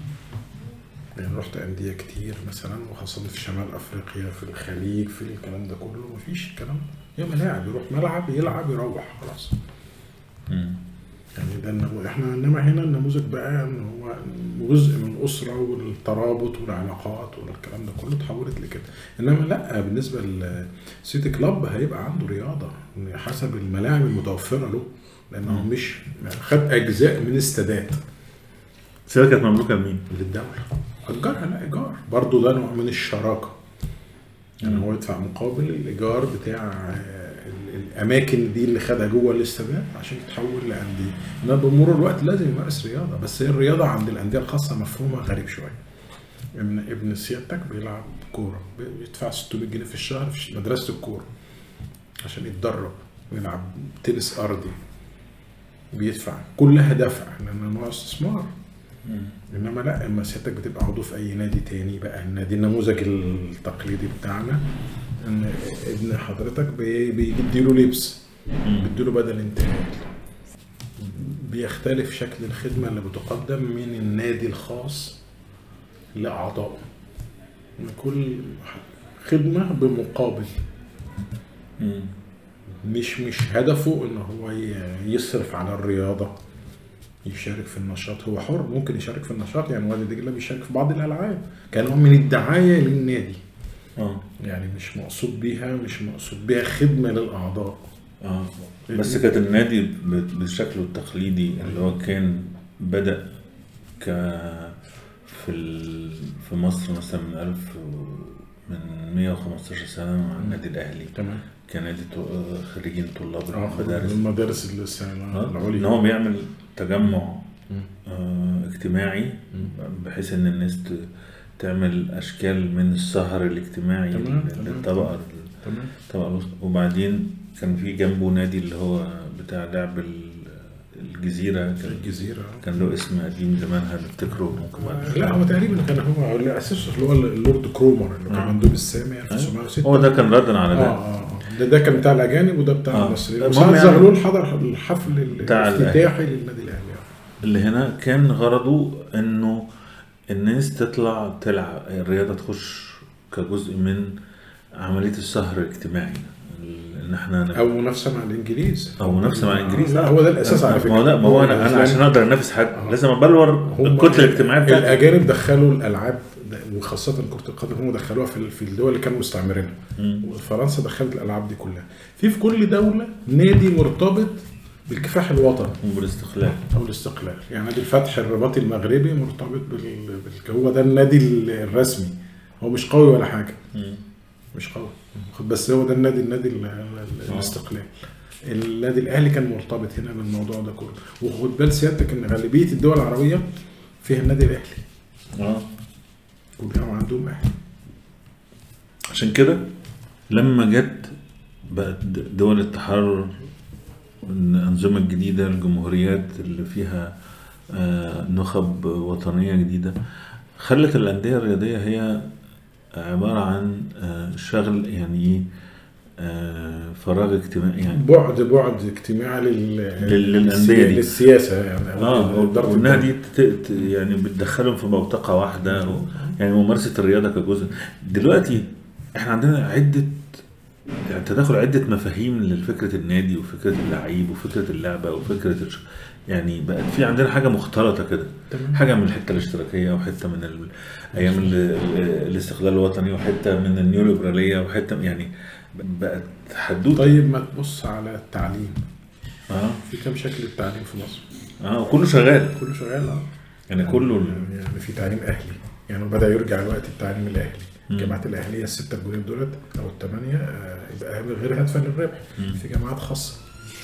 يعني رحت أندية كتير مثلا وخاصة في شمال أفريقيا في الخليج في الكلام ده كله مفيش الكلام ده، هي ملاعب، يروح ملعب يلعب يروح خلاص. يعني ده احنا انما هنا النموذج بقى ان هو جزء من الاسره والترابط والعلاقات والكلام ده كله اتحولت لكده. انما لا، بالنسبه للسيتي كلاب هيبقى عنده رياضه حسب الملاعب المتوفره له، لانه مش خد اجزاء من استادات. السيده كانت مملوكه لمين؟ للدوله، اجرها. لا ايجار برضه، ده نوع من الشراكه. يعني هو يدفع مقابل الايجار بتاع الاماكن دي اللي خدها جوه الاستادات عشان تتحول لانديه. انما بمرور الوقت لازم يمارس رياضه، بس هي الرياضه عند الانديه الخاصه مفهومها غريب شويه. ابن سيادتك بيلعب كوره بيدفع 600 جنيه في الشهر في مدرسه الكوره عشان يتدرب ويلعب تنس ارضي، بيدفع كلها دفع لان نوع استثمار. انما لا، اما سيادتك بتبقى عضو في اي نادي تاني بقى، النادي النموذج التقليدي بتاعنا ان ابن حضرتك بيديله لبس، بيديله بدل انتقال، بيختلف شكل الخدمه اللي بتقدم من النادي الخاص لاعضائه، كل خدمه بمقابل. مش هدفه ان هو يصرف على الرياضه، يشارك في النشاط، هو حر ممكن يشارك في النشاط. يعني وادي دجلة بيشارك في بعض الالعاب كانوا من الدعايه للنادي. يعني مش مقصود بيها خدمه للاعضاء. بس كانت النادي بشكله التقليدي اللي هو كان بدأ في مصر مثلا من 115 سنه مع النادي الاهلي. تمام. كان نادي خريجين طلاب المدارس العليا، ان هو بيعمل تجمع اجتماعي، بحيث ان الناس تعمل اشكال من السهر الاجتماعي للطبقه الوسطى. وبعدين كان في جنبه نادي اللي هو بتاع لعب الجزيرة، كان له اسم قديم زمان هنفتكره ممكن. لا هو تقريبا كان هو اساسه اللي هو اللورد كرومر اللي كان مندوب السامي 1906. هو ده كان ردا على ده. ده كان بتاع الاجانب وده بتاع المصريين. وساعات زغلول حضر الحفل الافتتاحي للنادي الاهلي اللي هنا كان غرضه انه الناس تطلع تلعب الرياضة، تخش كجزء من عملية السهر الاجتماعي، ان احنا او منافسه مع الانجليز لا هو ده الاساس على فكره. ما هو انا عشان اقدر انافس حد لازم ابلور الكتله الاجتماعيه بتاعتي. الاجانب دخلوا الالعاب وخاصه كره القدم هم دخلوها في الدول اللي كانوا مستعمرينها، وفرنسا دخلت الالعاب دي كلها. في كل دوله نادي مرتبط بالكفاح الوطني وبالاستقلال او الاستقلال. يعني نادي الفتح الرباطي المغربي مرتبط هو ده النادي الرسمي. هو مش قوي ولا حاجه، مش قوي، بس هو ده النادي الاستقلال. النادي الاهلي كان مرتبط هنا بالموضوع ده كله. وخد بال سيادتك ان غالبيه الدول العربيه فيها النادي الاهلي كلهم عندهم اهلي. عشان كده لما جت بقت دول التحرر، الانظمه الجديده، الجمهوريات اللي فيها نخب وطنيه جديده، خلت الانديه الرياضيه هي عبارة عن شغل يعني ايه، فراغ اجتماعي، يعني بعد اجتماعي للأندية دي، للسياسة يعني. والنها دي يعني بتدخلهم في بوتقة واحدة، يعني ممارسة الرياضة كجزء. دلوقتي احنا عندنا يعني تدخل عدة مفاهيم لفكرة النادي وفكرة اللعيب وفكرة اللعبة وفكرة يعني بقت في عندنا حاجة مختلطة كده، حاجة من الحتة الاشتراكية وحتة من أيام الاستقلال الوطني وحتة من النيوليبرالية وحتة يعني بقت حدوث. طيب ما تبص على التعليم. في كم شكل التعليم في مصر؟ وكله شغال. يعني كله يعني في تعليم أهلي، يعني بدأ يرجع الوقت التعليم الأهلي. الجامعات الأهلية 6 الجنيه دولت أو 8 يبقى غير هدفا للربح. في جامعات خاصة،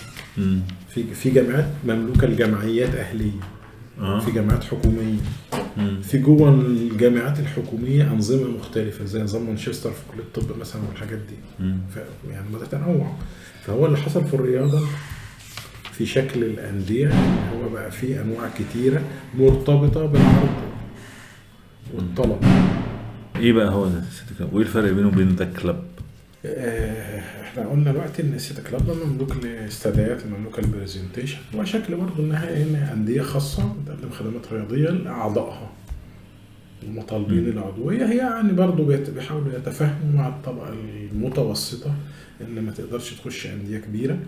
في جامعات مملوكة لجمعيات أهلية، في جامعات حكومية، في جوه الجامعات الحكومية أنظمة مختلفة زي نظام مانشستر في كلية الطب مثلا والحاجات دي. يعني ما تتنوع. فهو اللي حصل في الرياضة في شكل الأندية هو بقى فيه أنواع كتيرة مرتبطة بالعرض والطلب. ايه بقى هو ده وايه الفرق بينه وبين ذا كلاب؟ احنا قلنا الوقت ان السيتي كلاب مملوك لاستادات، مملوك للبرزنتيشن، وشكل برضه انها انديه خاصه بتقدم خدمات رياضيه لاعضائها. المطالبين العضويه هي يعني برضه بيحاولوا يتفاهموا مع الطبقه المتوسطه اللي ما تقدرش تخش انديه كبيره،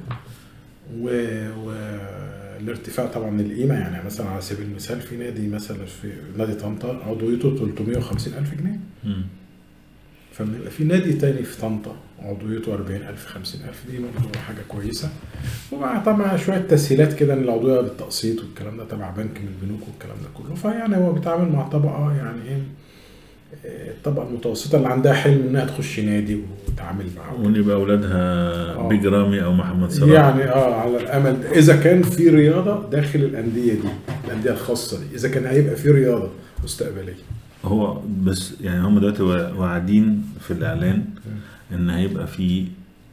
والارتفاع طبعا القيمه. يعني مثلا على سبيل المثال في نادي مثلا في نادي طنطا عضويته 350,000 جنيه. فبنبقى في نادي تاني في طنطا عضويته 40,000 50,000. دي برضه حاجه كويسه. ومع طبعا شويه تسهيلات كده ان العضويه بالتقسيط والكلام ده تبع بنك من البنوك والكلام ده كله. فيعني هو بيتعامل مع طبقه يعني ايه، الطبقه المتوسطه اللي عندها حلم انها تخش نادي وتعامل معاه ونبقى اولادها بيجرامي او محمد صلاح يعني على الامل اذا كان في رياضه داخل الانديه دي، الانديه الخاصه دي، اذا كان هيبقى في رياضه مستقبليه. هو بس يعني هم دلوقتي واعدين في الاعلان ان هيبقى في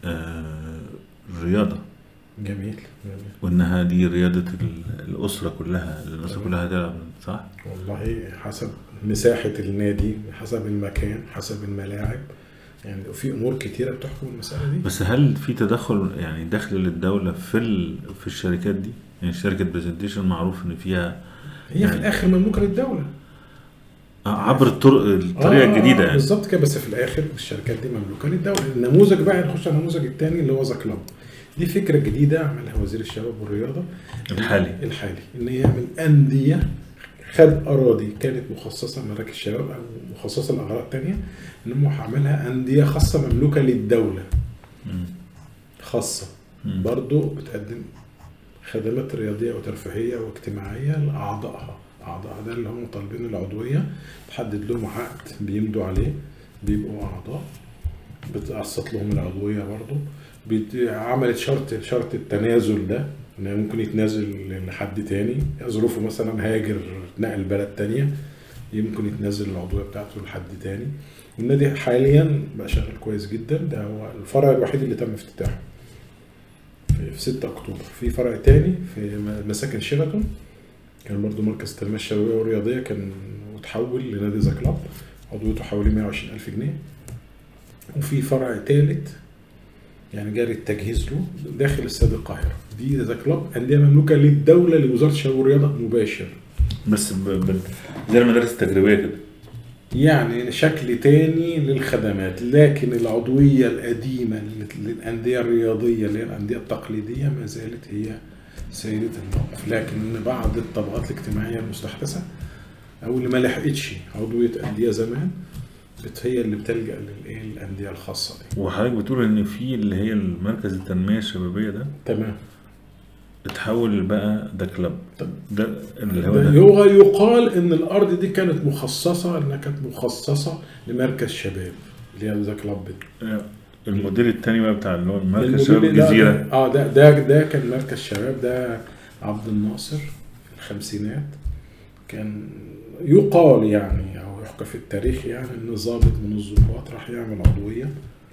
رياضه. جميل. وانها دي رياضه الاسره كلها، الاسره كلها تلعب، صح؟ والله حسب مساحه النادي، حسب المكان، حسب الملاعب، يعني في امور كتيره بتحكم المساله دي. بس هل في تدخل يعني دخل للدوله في الشركات دي؟ يعني شركه برزنتيشن معروف ان فيها هي يعني في الاخر مملوكه للدوله عبر الطريقه الجديده يعني. بالظبط كده. بس في الاخر الشركات دي مملوكه للدوله. النموذج بقى نخش على النموذج الثاني اللي هو ذا كلاب. دي فكره جديده عملها وزير الشباب والرياضه الحالي ان يعمل انديه خد اراضي كانت مخصصه لمراكز الشباب او مخصصه لاغراض ثانيه، انهم هعملها انديه خاصه مملوكه للدوله خاصه برضو بتقدم خدمات رياضيه وترفيهيه واجتماعيه لاعضائها. اعضاء ده اللي هم طالبين العضويه، تحدد لهم عقد بيمدوا عليه بيبقوا اعضاء، بتقسط لهم العضويه برضو، عملت شرط التنازل ده انه ممكن يتنازل لحد تاني، ظروفه مثلا هاجر نقل بلد تانية، يمكن يتنازل العضوية بتاعته لحد تاني. والنادي حاليا بقى شغال كويس جدا، ده هو الفرع الوحيد اللي تم افتتاحه في 6 أكتوبر. في فرع تاني في مساكن شيراتون كان برضو مركز التنمية الشبابية والرياضية، كان وتحول لنادي ذا كلاب، عضويته حوالي 120,000 جنيه. وفي فرع ثالث يعني جاري التجهيز له داخل استاد القاهرة، دي ذا كلاب أندية مملوكة للدولة لوزارة الشباب والرياضة مباشر، بس زي المدارس التجريبية كده يعني شكل تاني للخدمات. لكن العضوية القديمة للأندية الرياضية اللي هي الأندية التقليدية ما زالت هي سيدة الموقف، لكن بعض الطبقات الاجتماعية المستحدثة أو اللي ما لحقتش عضوية أندية زمان هي اللي بتلجأ للأندية الخاصة دي. وحضرتك بتقول إن في اللي هي المركز التنمية الشبابية ده تمام اتحول بقى ده كلاب، ده اللي هو يقال ان الارض دي كانت مخصصه، انها كانت مخصصه لمركز شباب اللي هي ذا كلاب. المدير الثاني بقى بتاع اللي هو مركز شباب الجزيره، ده كان مركز شباب، ده عبد الناصر في الخمسينات. كان يقال يعني او يحكى في التاريخ يعني ان ضابط من الضباط راح يعمل عضويه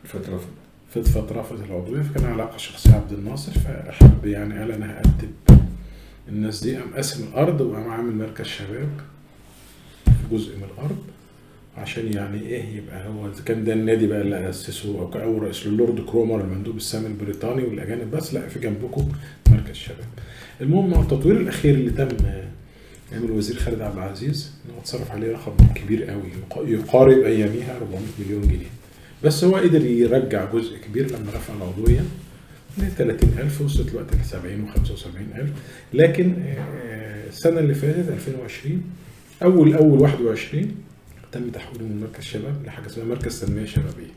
فترة العضوية، فكان علاقة شخصية عبد الناصر، فأحب يعني قال أنا هأدب الناس دي، قام قسم الأرض وقام عامل مركز شباب في جزء من الأرض عشان يعني إيه يبقى هو كان ده النادي بقى اللي أسسه أو كأول رئيس اللورد كرومر المندوب السامي البريطاني والأجانب، بس لا في جنبكم مركز شباب. المهم التطوير الأخير اللي تم أيام الوزير خالد عبد العزيز إنه اتصرف عليه رقم كبير قوي يقارب أياميها 400 مليون جنيه، بس هو قدر يرجع جزء كبير لما رفع العضوية من 30,000 وصلت الوقت ل 70 و75,000. لكن السنة اللي فاتت 2020 أول 21 تم تحويله من مركز شباب لحاجة اسمها مركز تنمية شبابية.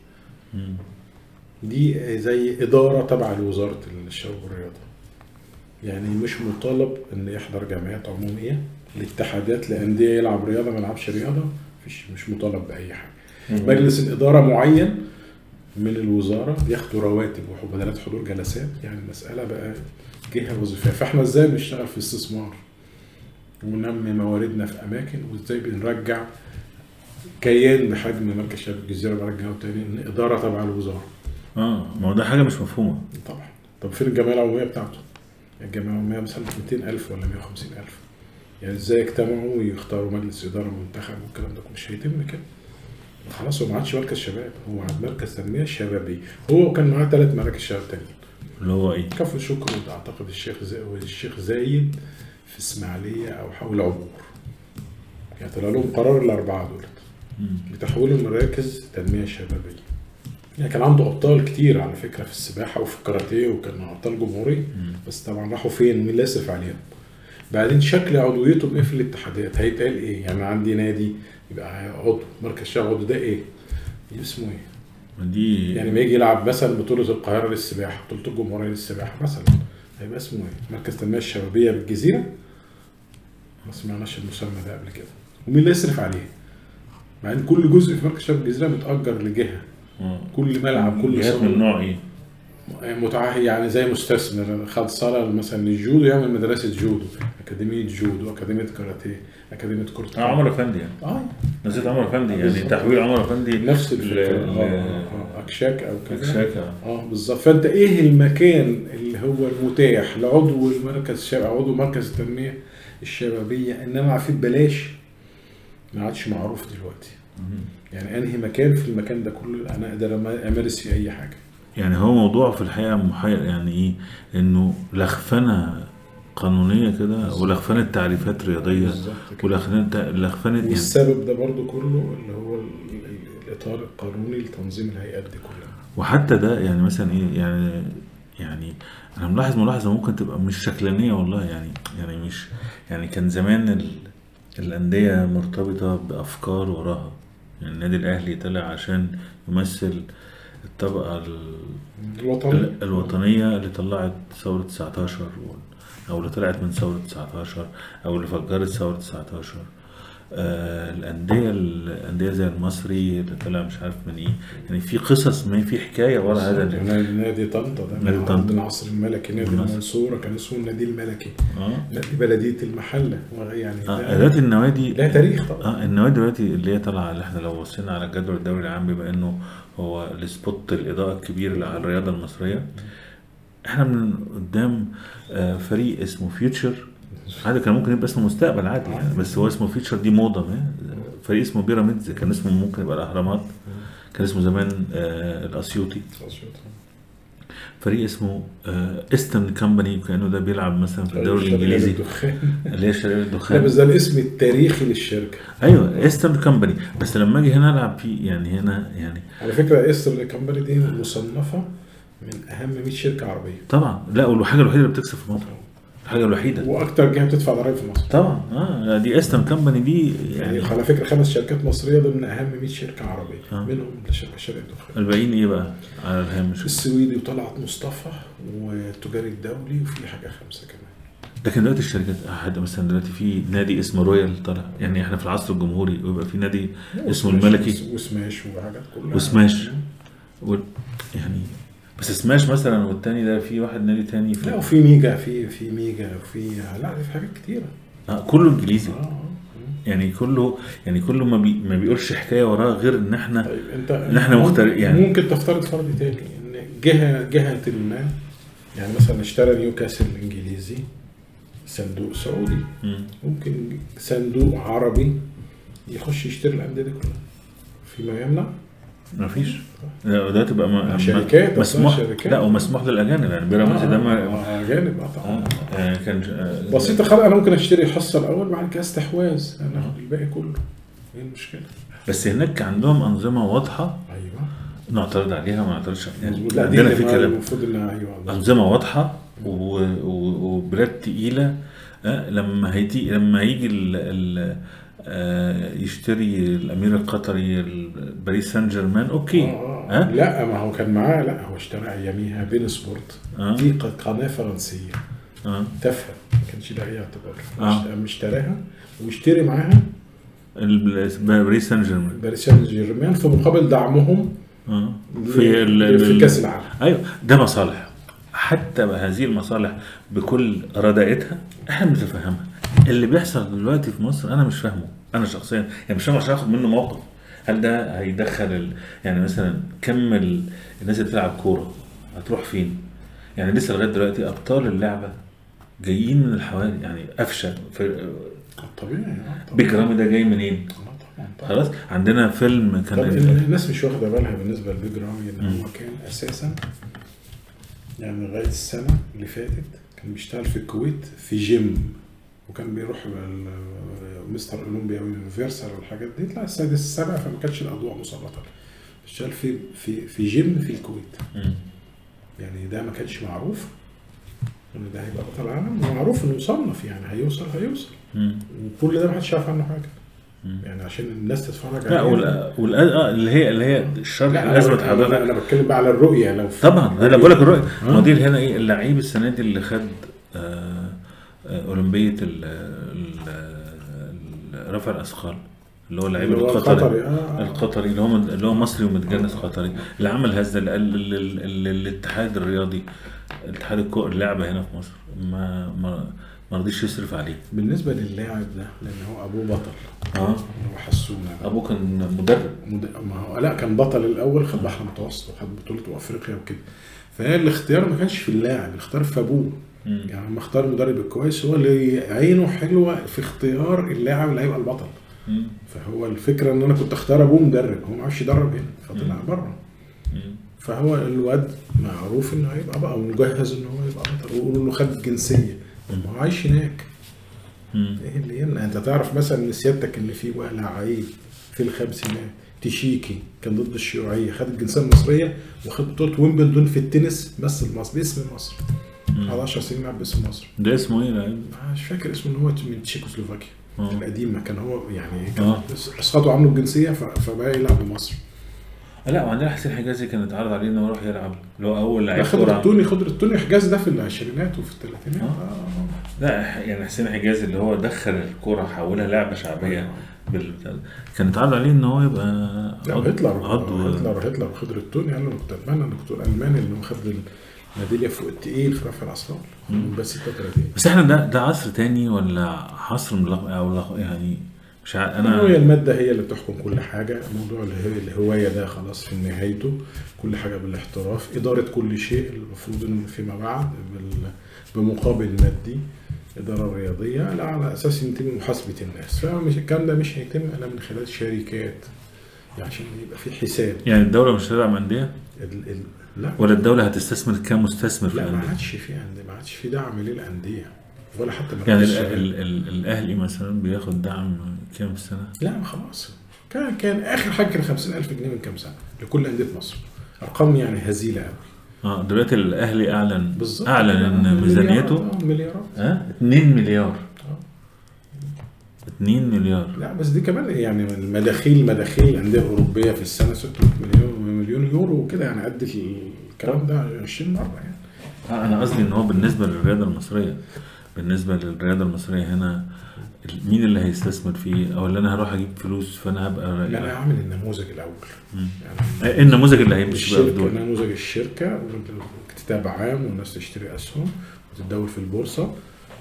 دي زي إدارة تبع لوزارة الشباب والرياضة، يعني مش مطالب إن يحضر جمعيات عمومية، الاتحادات لأندية يلعب رياضة ما يلعبش رياضة، مش مطالب بأي حاجة. مجلس الإدارة معين من الوزارة بياخدوا رواتب وبدلات حضور جلسات، يعني المسألة بقى جهة وظيفية. فاحنا ازاي بنشتغل في استثمار وننمي مواردنا في أماكن، وازاي بنرجع كيان بحجم مركز شباب الجزيرة برجعه تاني إن إدارة تبع الوزارة. ما هو ده حاجة مش مفهومة طبعا. طب فين الجمعية العمومية بتاعته؟ الجمعية العمومية مثلا 200,000 ولا 150,000، يعني ازاي يجتمعوا ويختاروا مجلس إدارة منتخب والكلام ده مش هيتم كده. خلاص هو ما عادش مركز شباب، هو عاد مركز تنمية شبابي. هو كان معاه 3 مراكز شباب تانيين اللي هو ايه؟ كفر شكر اعتقد الشيخ زايد في اسماعيلية او حول عبور، يعني طلع لهم قرار ال4 دول بتحويل المراكز تنمية شبابية. يعني كان عنده ابطال كتير على فكرة في السباحة وفي الكاراتيه وكان ابطال جمهوري، بس طبعا راحوا فين؟ مين اللي يصرف عليهم؟ بعدين شكل عضويتهم ايه في الاتحادات؟ هيتقال ايه؟ يعني عندي نادي يبقى عضو مركز شباب، عضو ده ايه؟ اسمه ايه؟ دي يعني ما يجي يلعب مثلا بطولة القاهرة للسباحة، بطولة الجمهورية للسباحة مثلا، هيبقى اسمه ايه؟ مركز التنمية الشبابية بالجزيرة؟ ما سمعناش المسمى ده قبل كده. ومين اللي يصرف عليه؟ مع ان كل جزء في مركز شباب الجزيرة متأجر لجهة، كل ملعب كل جهات من نوع ايه؟ متعاهد، يعني زي مستثمر خد صالة مثلا للجودو يعمل مدرسة جودو، أكاديمية جودو، أكاديمية كاراتيه، أكاديمية كرة قدم. عمر أفندي يعني. نزلت عمر أفندي يعني تحويل عمر أفندي نفس الفكرة. أكشاك أو كذا. أكشاك بالظبط. فأنت إيه المكان اللي هو المتاح لعضو المركز الشباب أو عضو مركز التنمية الشبابية إنما عارفين ببلاش؟ ما عادش معروف دلوقتي. يعني أنهي مكان في المكان ده كله أنا أقدر أمارس فيه أي حاجة. يعني هو موضوع في الحقيقة محير، يعني ايه؟ انه لخفنة قانونية كده ولخفنة تعريفات رياضية ولخفنة يعني والسبب ده برضو كله اللي هو الإطار القانوني لتنظيم الهيئات دي كلها. وحتى ده يعني مثلا ايه يعني انا ملاحظة ممكن تبقى مش شكلانية والله، يعني مش يعني كان زمان الأندية مرتبطة بأفكار وراها، يعني النادي الأهلي طلع عشان يمثل الطبقة الوطنية اللي طلعت ثورة 19 أو اللي طلعت من ثورة 19 أو اللي فجرت ثورة 19. الأندية زي المصري اللي طلع مش عارف من ايه، يعني في قصص، ما في حكاية ورا هذا. نادي طنطا ده نادي طنطا، العصر الملكي. نادي المنصورة كان اسمه النادي الملكي. نادي بلدية المحلة. يعني دلوقتي النوادي لها تاريخ طبعا. النوادي دلوقتي اللي هي طالعة، اللي احنا لو وصلنا على الجدول الدوري العام بما انه هو السبوت الإضاءة الكبير على الرياضة المصرية، احنا من قدام فريق اسمه فيوتشر. عادي كان ممكن يبقى اسمه مستقبل عادي يعني، بس هو اسمه فيوتشر، دي موضة. فريق اسمه بيراميدز، كان اسمه ممكن يبقى الأهرامات، كان اسمه زمان الأسيوطي. فريق اسمه إيسترن كامباني، كأنه ده بيلعب مثلا في الدوري الإنجليزي اللي هي شركة الدخان. لا بس ده الاسم التاريخي للشركة. أيوة إيسترن كامباني. بس لما أجي هنا ألعب فيه يعني هنا يعني على فكرة إيسترن كامباني دي مصنفة من أهم 100 شركة عربية طبعا. لا والحاجة الوحيدة اللي بتكسب في مصر، الحاجة الوحيدة واكتر جهه بتدفع ضرائب في مصر طبعا. دي إيسترن كامباني دي يعني على فكره 5 شركات مصريه ضمن اهم 100 شركه عربيه. منهم شركه الدخان. الباقيين ايه بقى على الهامش؟ السويدي وطلعت مصطفى والتجاري الدولي وفي حاجه 5 كمان. لكن دلوقتي الشركات مثلا دلوقتي في نادي اسمه رويال طلع، يعني احنا في العصر الجمهوري ويبقى في نادي اسمه الملكي وسماش وحاجات كلها وسماش يعني بس سماش مثلا، والتاني ده في واحد نادي تاني لا وفي ميجا في ميجا وفي لا في حاجات كتيره كله انجليزي. يعني كله ما بيقولش حكايه وراه غير ان احنا طيب احنا يعني ممكن تفترض فرض تاني ان جهه ما يعني مثلا اشترى نيوكاسل الانجليزي صندوق سعودي، ممكن صندوق عربي يخش يشتري الانديه دي كلها، فيما يمنع ما فيش. ده تبقى شركات مسموح. لا ومسموح للاجانب يعني بيراميدز ده اجانب طبعا. كان بسيطه خالص. انا ممكن اشتري حصه الاول بعد كده استحواذ انا اخد الباقي كله. ايه المشكله؟ بس هناك عندهم انظمه واضحه. ايوه نعترض عليها ما نعترضش يعني. عندنا في كلام المفروض انها ايوه انظمه واضحه وبلاد تقيله. لما يجي يشتري الامير القطري باريس سان جيرمان اوكي. لا ما هو كان معاه، لا هو اشترى اياميها بين سبورت. دي قناه فرنسيه تافهه ما كانش لها اي اعتبار. اشتراها واشتري معاها باريس سان جيرمان في مقابل دعمهم في كاس العالم. ايوه ده مصالح. حتى هذه المصالح بكل ردائتها احنا بنتفهمها. اللي بيحصل دلوقتي في مصر انا مش فاهمه، انا شخصيا يعني مش فاهم عشان اخد منه موقف. هل ده هيدخل يعني مثلا كمل الناس اللي بتلعب كوره هتروح فين؟ يعني لسه لغايه دلوقتي ابطال اللعبه جايين من الحواري، يعني قفشه طبيعي. بيج رامي ده جاي منين؟ خلاص عندنا فيلم كان الناس مش واخده بالها بالنسبه لبيج رامي ان هو كان اساسا يعني لغايه السنه اللي فاتت كان بيشتغل في الكويت في جيم، وكان بيروح مستر اولمبيا واليونيفرسال والحاجات دي يطلع السادس السابع، فما كانش الاضواء مسلطه. اشتغل في جيم في الكويت. يعني ده ما كانش معروف ان ده هيبقى بطل عالم، ومعروف انه مصنف يعني هيوصل وكل ده ما حدش عارف عنه حاجه. يعني عشان الناس تتفرج عليه. لا اللي هي الشرح لازم حضرتك. انا بتكلم بقى على الرؤيه. لو طبعا انا بقول لك الرؤيه موديل هنا ايه اللعيب السنه دي اللي خد اولمبيه رفع الاثقال اللي هو اللعيب القطري اللي هو مصري ومتجنس قطري اللي عمل هذا الاتحاد الرياضي اتحاد اللعبه هنا في مصر ما رضيش يصرف عليه. بالنسبه للاعب ده لان هو ابوه بطل هو حسونه ابوه كان مدرب ما هو لا كان بطل الاول، خد بحر متوسط وخد بطوله افريقيا وكده. فهي الاختيار ما كانش في اللاعب، الاختيار في ابوه. يعني لما اختار المدرب الكويس هو اللي عينه حلوه في اختيار اللاعب اللي هيبقى البطل. فهو الفكره ان انا كنت اختار ابوه مدرب، هو ما عرفش يدرب هنا فطلع بره. فهو الواد معروف انه هيبقى بقى ومجهز انه هو يبقى بطل، ويقولوا له خد جنسيه هو عايش هناك. ايه اللي يمنع؟ انت تعرف مثلا ان سيادتك ان في واحد لعيب في الخمسينات تشيكي كان ضد الشيوعيه، خد الجنسيه المصريه وخد بطوله ويمبلدون في التنس، مثل مصر باسم مصر. 11 سنه لعب باسم مصر. ده اسمه ايه لعيب؟ مش فاكر اسمه، ان هو من تشيكوسلوفاكيا القديمه. كان هو يعني كان اسقطوا عنه الجنسيه فبقى يلعب بمصر. لا وعندنا حسين حجازي كان اتعرض عليه انه يروح يلعب اللي هو اول لعيب خضر التوني حجاز ده في العشرينات وفي الثلاثينات. لا يعني حسين حجازي اللي هو دخل الكوره حولها لعبه شعبيه كان اتعرض عليه ان هو يبقى هتلر خد التوني. قال له كنت اتمنى دكتور الماني انه خد الميداليه فوق التقيل في رفع الاثقال بس 36. بس احنا ده عصر تاني ولا عصر او يعني مش انا هي الماده هي اللي بتحكم كل حاجه. موضوع الهوايه ده خلاص في نهايته، كل حاجه بالاحتراف، اداره كل شيء المفروض ان فيما بعد بمقابل مادي، اداره رياضيه لا على اساس يتم محاسبه الناس. فمش الكلام ده مش هيتم الا من خلال شركات يعني عشان يبقى في حساب. يعني الدوله مش هتدعم انديه لا، ولا الدوله هتستثمر كمستثمر في لا الانديه؟ ما عادش في دعم للانديه ولا حتى يعني الاهلي مثلا بياخد دعم كام سنه؟ لا خلاص، كان اخر حاجه كان 50,000 جنيه من كام سنه لكل انديه مصر. ارقام يعني هزيله قوي. دلوقتي الاهلي اعلن ان ميزانيته مليارات 2 مليار 2 مليار. لا بس دي كمان يعني مداخيل الانديه الاوروبيه في السنه 600 مليون يورو وكده، يعني قد الكلام ده 20 مره يعني. انا قصدي ان هو بالنسبه للرياضه المصريه هنا مين اللي هيستثمر فيه؟ او اللي انا هروح اجيب فلوس فانا هبقى لا، انا عامل النموذج الاول يعني النموذج اللي هيمشي بقى بدول نموذج الشركه، اكتتاب عام والناس تشتري اسهم وتتداول في البورصه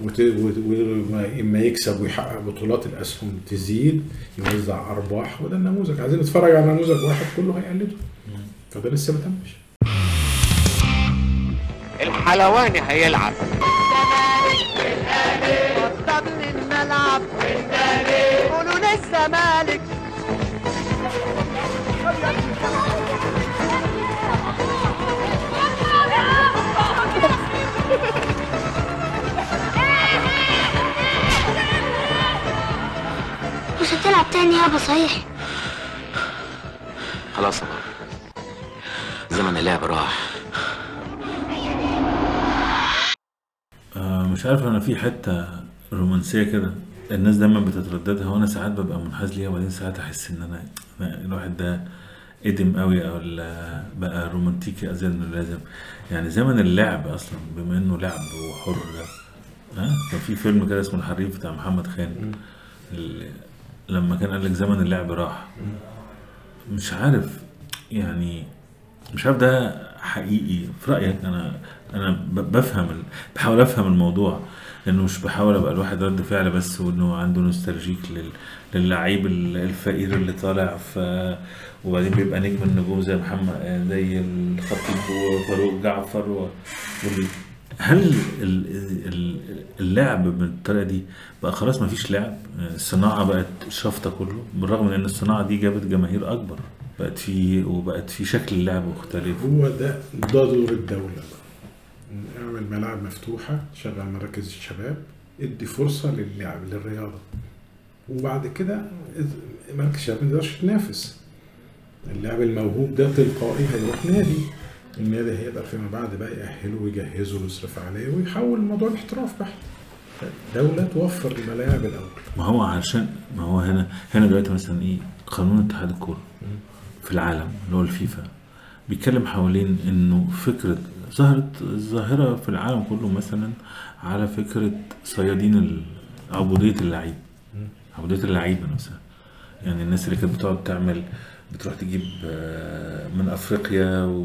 وإما يكسب ويحقق بطولات الأسهم تزيد، يوزع أرباح. وده النموذج. عايزين نتفرج على نموذج واحد كله هيقلده، فده لسه ما تمش. الحلواني هيلعب وصلنا الملعب قولوا للزمالك مش هتلعب تاني يابا صحيح؟ خلاص يا بابا، زمن اللعب راح. مش عارف، انا في حته رومانسيه كده الناس دايما بتترددها وانا ساعات ببقى منحاز ليها، وبعدين ساعات احس ان انا الواحد ده قدم قوي او بقى رومانتيكي ازيد من اللازم. يعني زمن اللعب اصلا بما انه لعب وحر كان في فيلم كده اسمه الحريف بتاع محمد خان لما كان قال لك زمن اللعب راح. مش عارف يعني، مش عارف ده حقيقي في رأيك؟ انا بحاول افهم الموضوع، لانه مش بحاول ابقى الواحد رد فعل بس وانه عنده نوستالجيك للعيب الفقير اللي طالع وبعدين بيبقى نجم النجوم زي محمد زي الخطيب وفاروق جعفر هل اللعب بالطريقه دي بقى خلاص ما فيش لعب؟ الصناعه بقت شفطه كله، بالرغم من ان الصناعه دي جابت جماهير اكبر، بقت في شكل اللعب مختلف. هو ده دور الدوله، اعمل ملاعب مفتوحه، شغل مراكز الشباب، ادي فرصه للعب للرياضه، وبعد كده مراكز الشباب ما تقدرش تنافس. اللاعب الموهوب ده تلقائي هيروح نادي، النادي هيقدر فيما بعد بقى يأهله ويجهزه ويصرف عليه ويحول الموضوع الاحتراف بحت. الدولة توفر الملاعب الأول. ما هو هنا دلوقتي مثلا قانون اتحاد الكورة في العالم اللي هو الفيفا بيتكلم حوالين انه فكرة ظاهرة في العالم كله، مثلا على فكرة صيادين عبودية اللعيبة نفسها. يعني الناس اللي كانت بتقعد بتروح تجيب من أفريقيا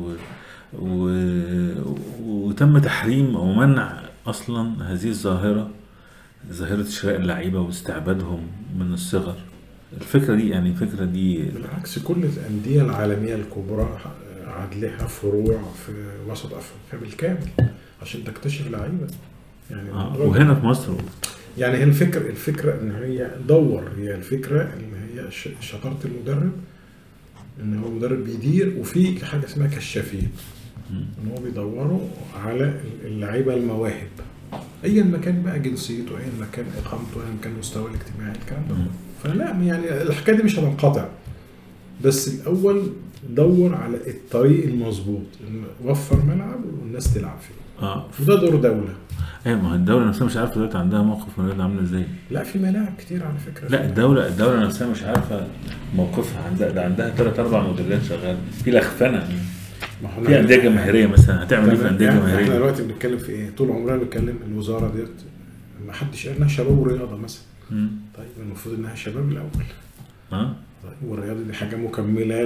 وتم تحريم أو منع أصلا هذه ظاهرة شراء اللعيبة واستعبادهم من الصغر. الفكرة دي بالعكس، كل الأندية العالمية الكبرى عدلها فروع في وسط أفريقيا بالكامل عشان تكتشف لعيبة يعني. وهنا في مصر يعني هي الفكرة ان هي الفكرة ان هي شطارة المدرب، ان هو مدرب بيدير، وفي حاجة اسمها كشافين ان هو بيدوروا على اللعيبة المواهب ايا مكان بقى جنسيته، ايا مكان اقامته، ايا مكان مستوى الاجتماعي، الكلام ده. فلا يعني الحكاية دي مش هتنقطع، بس الاول دور على الطريق المظبوط، وفر ملعب والناس تلعب فيه. وده دور دولة. ما الدولة نفسها مش عارفة دلوقتي عندها موقف من عامل ازاي. لا، في ملاعب كتير على فكرة. لا، الدولة نفسها مش عارفة موقفها. عندها 3-4 مدربات شغال في لخفنة. في أندية جماهيرية مثلا هتعمل ايه في أندية جماهيرية؟ احنا دلوقتي بنتكلم في ايه؟ طول عمرنا بنتكلم الوزارة ديت ما حدش قال انها شباب ورياضة مثلا. طيب المفروض انها شباب الاول، والرياضة دي حاجة مكملة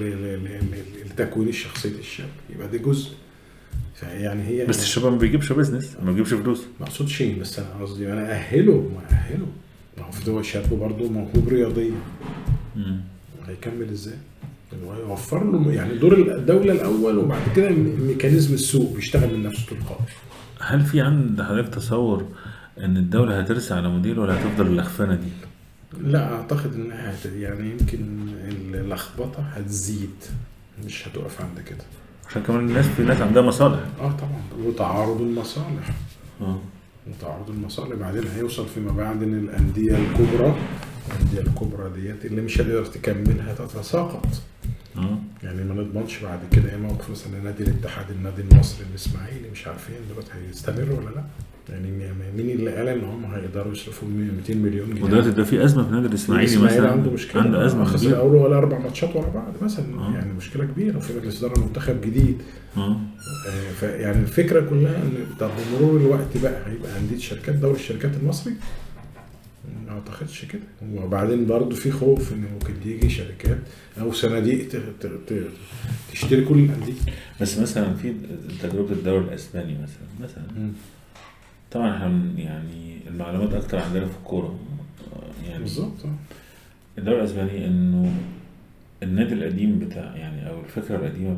لتكوين الشخصية الشاب، يبقى ده جزء. يعني هي بس الشباب ما بيجيبش بيزنس، ما بيجيبش فلوس، ما اقصدش شيء، بس انا قصدي انا اهله ما هو في دول شاب برضه موهوب رياضيا، هيكمل ازاي؟ يوفر له يعني دور الدولة الاول، وبعد كده ميكانيزم السوق بيشتغل من نفسه تلقائي. هل في عند حضرتك تصور ان الدولة هترسى على موديل ولا هتفضل اللخفانة دي؟ لا اعتقد انها يعني يمكن اللخبطة هتزيد، مش هتقف عند كده، عشان كمان في ناس عندها مصالح. طبعا، وتعارض المصالح. وتعارض المصالح بعدين هيوصل فيما بعد ان الأندية الكبرى ديت اللي مش هتقدر تكملها تتساقط. يعني ما نضمنش بعد كده ايه موقف مثلا نادي الاتحاد، النادي المصري، الاسماعيلي، مش عارفين دلوقتي هيستمروا ولا لا. يعني مين اللي قال ان هم هيقدروا يصرفوا 200 مليون جنيه؟ ودلوقتي ده في ازمه في النادي الاسماعيلي مثلا، عنده مشكله، عنده ازمه، خسر اول ولا 4 ماتشات ورا بعض مثلا. يعني مشكله كبيره، وفي مجلس اداره منتخب جديد. فيعني الفكره كلها ان بمرور الوقت بقى هيبقى انديه شركات، دوري الشركات المصري ما اعتقدش كده. وبعدين برضو في خوف ان ممكن يجي شركات او صناديق تشتري كل الانديه. بس مثلا في تجربه الدوري الاسباني مثلا طبعا احنا يعني المعلومات اكتر عندنا في الكوره يعني بالظبط. الدوري الاسباني انه النادي القديم بتاع يعني او الفكره القديمه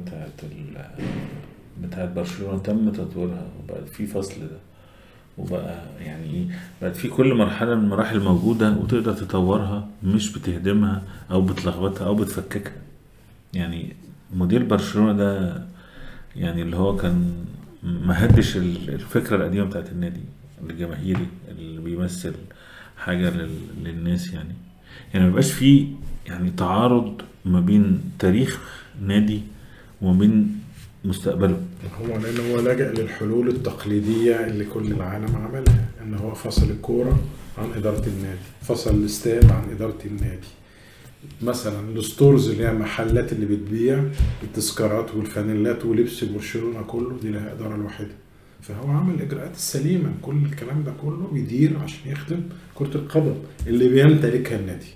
بتاعت برشلونه تم تطويرها، وبقى في فصل ده، وبقى يعني ايه، بقت في كل مرحله من المراحل موجوده وتقدر تطورها، مش بتهدمها او بتلخبطها او بتفككها. يعني موديل برشلونه ده يعني اللي هو كان ما هدش الفكره القديمه بتاعت النادي الجماهيري اللي بيمثل حاجه للناس. يعني ما بقاش فيه يعني تعارض ما بين تاريخ نادي وما بين مستقبله. هو لأنه هو لجأ للحلول التقليدية اللي كل العالم عملها، ان هو فصل الكورة عن إدارة النادي، فصل الاستاد عن إدارة النادي. مثلا الستورز اللي هي محلات اللي بتبيع التذكارات والفانيلات ولبس برشلونة كله، دي لها إدارة لوحدها. فهو عمل الإجراءات السليمة، كل الكلام ده كله بيدير عشان يخدم كرة القدم اللي بيمتلكها النادي.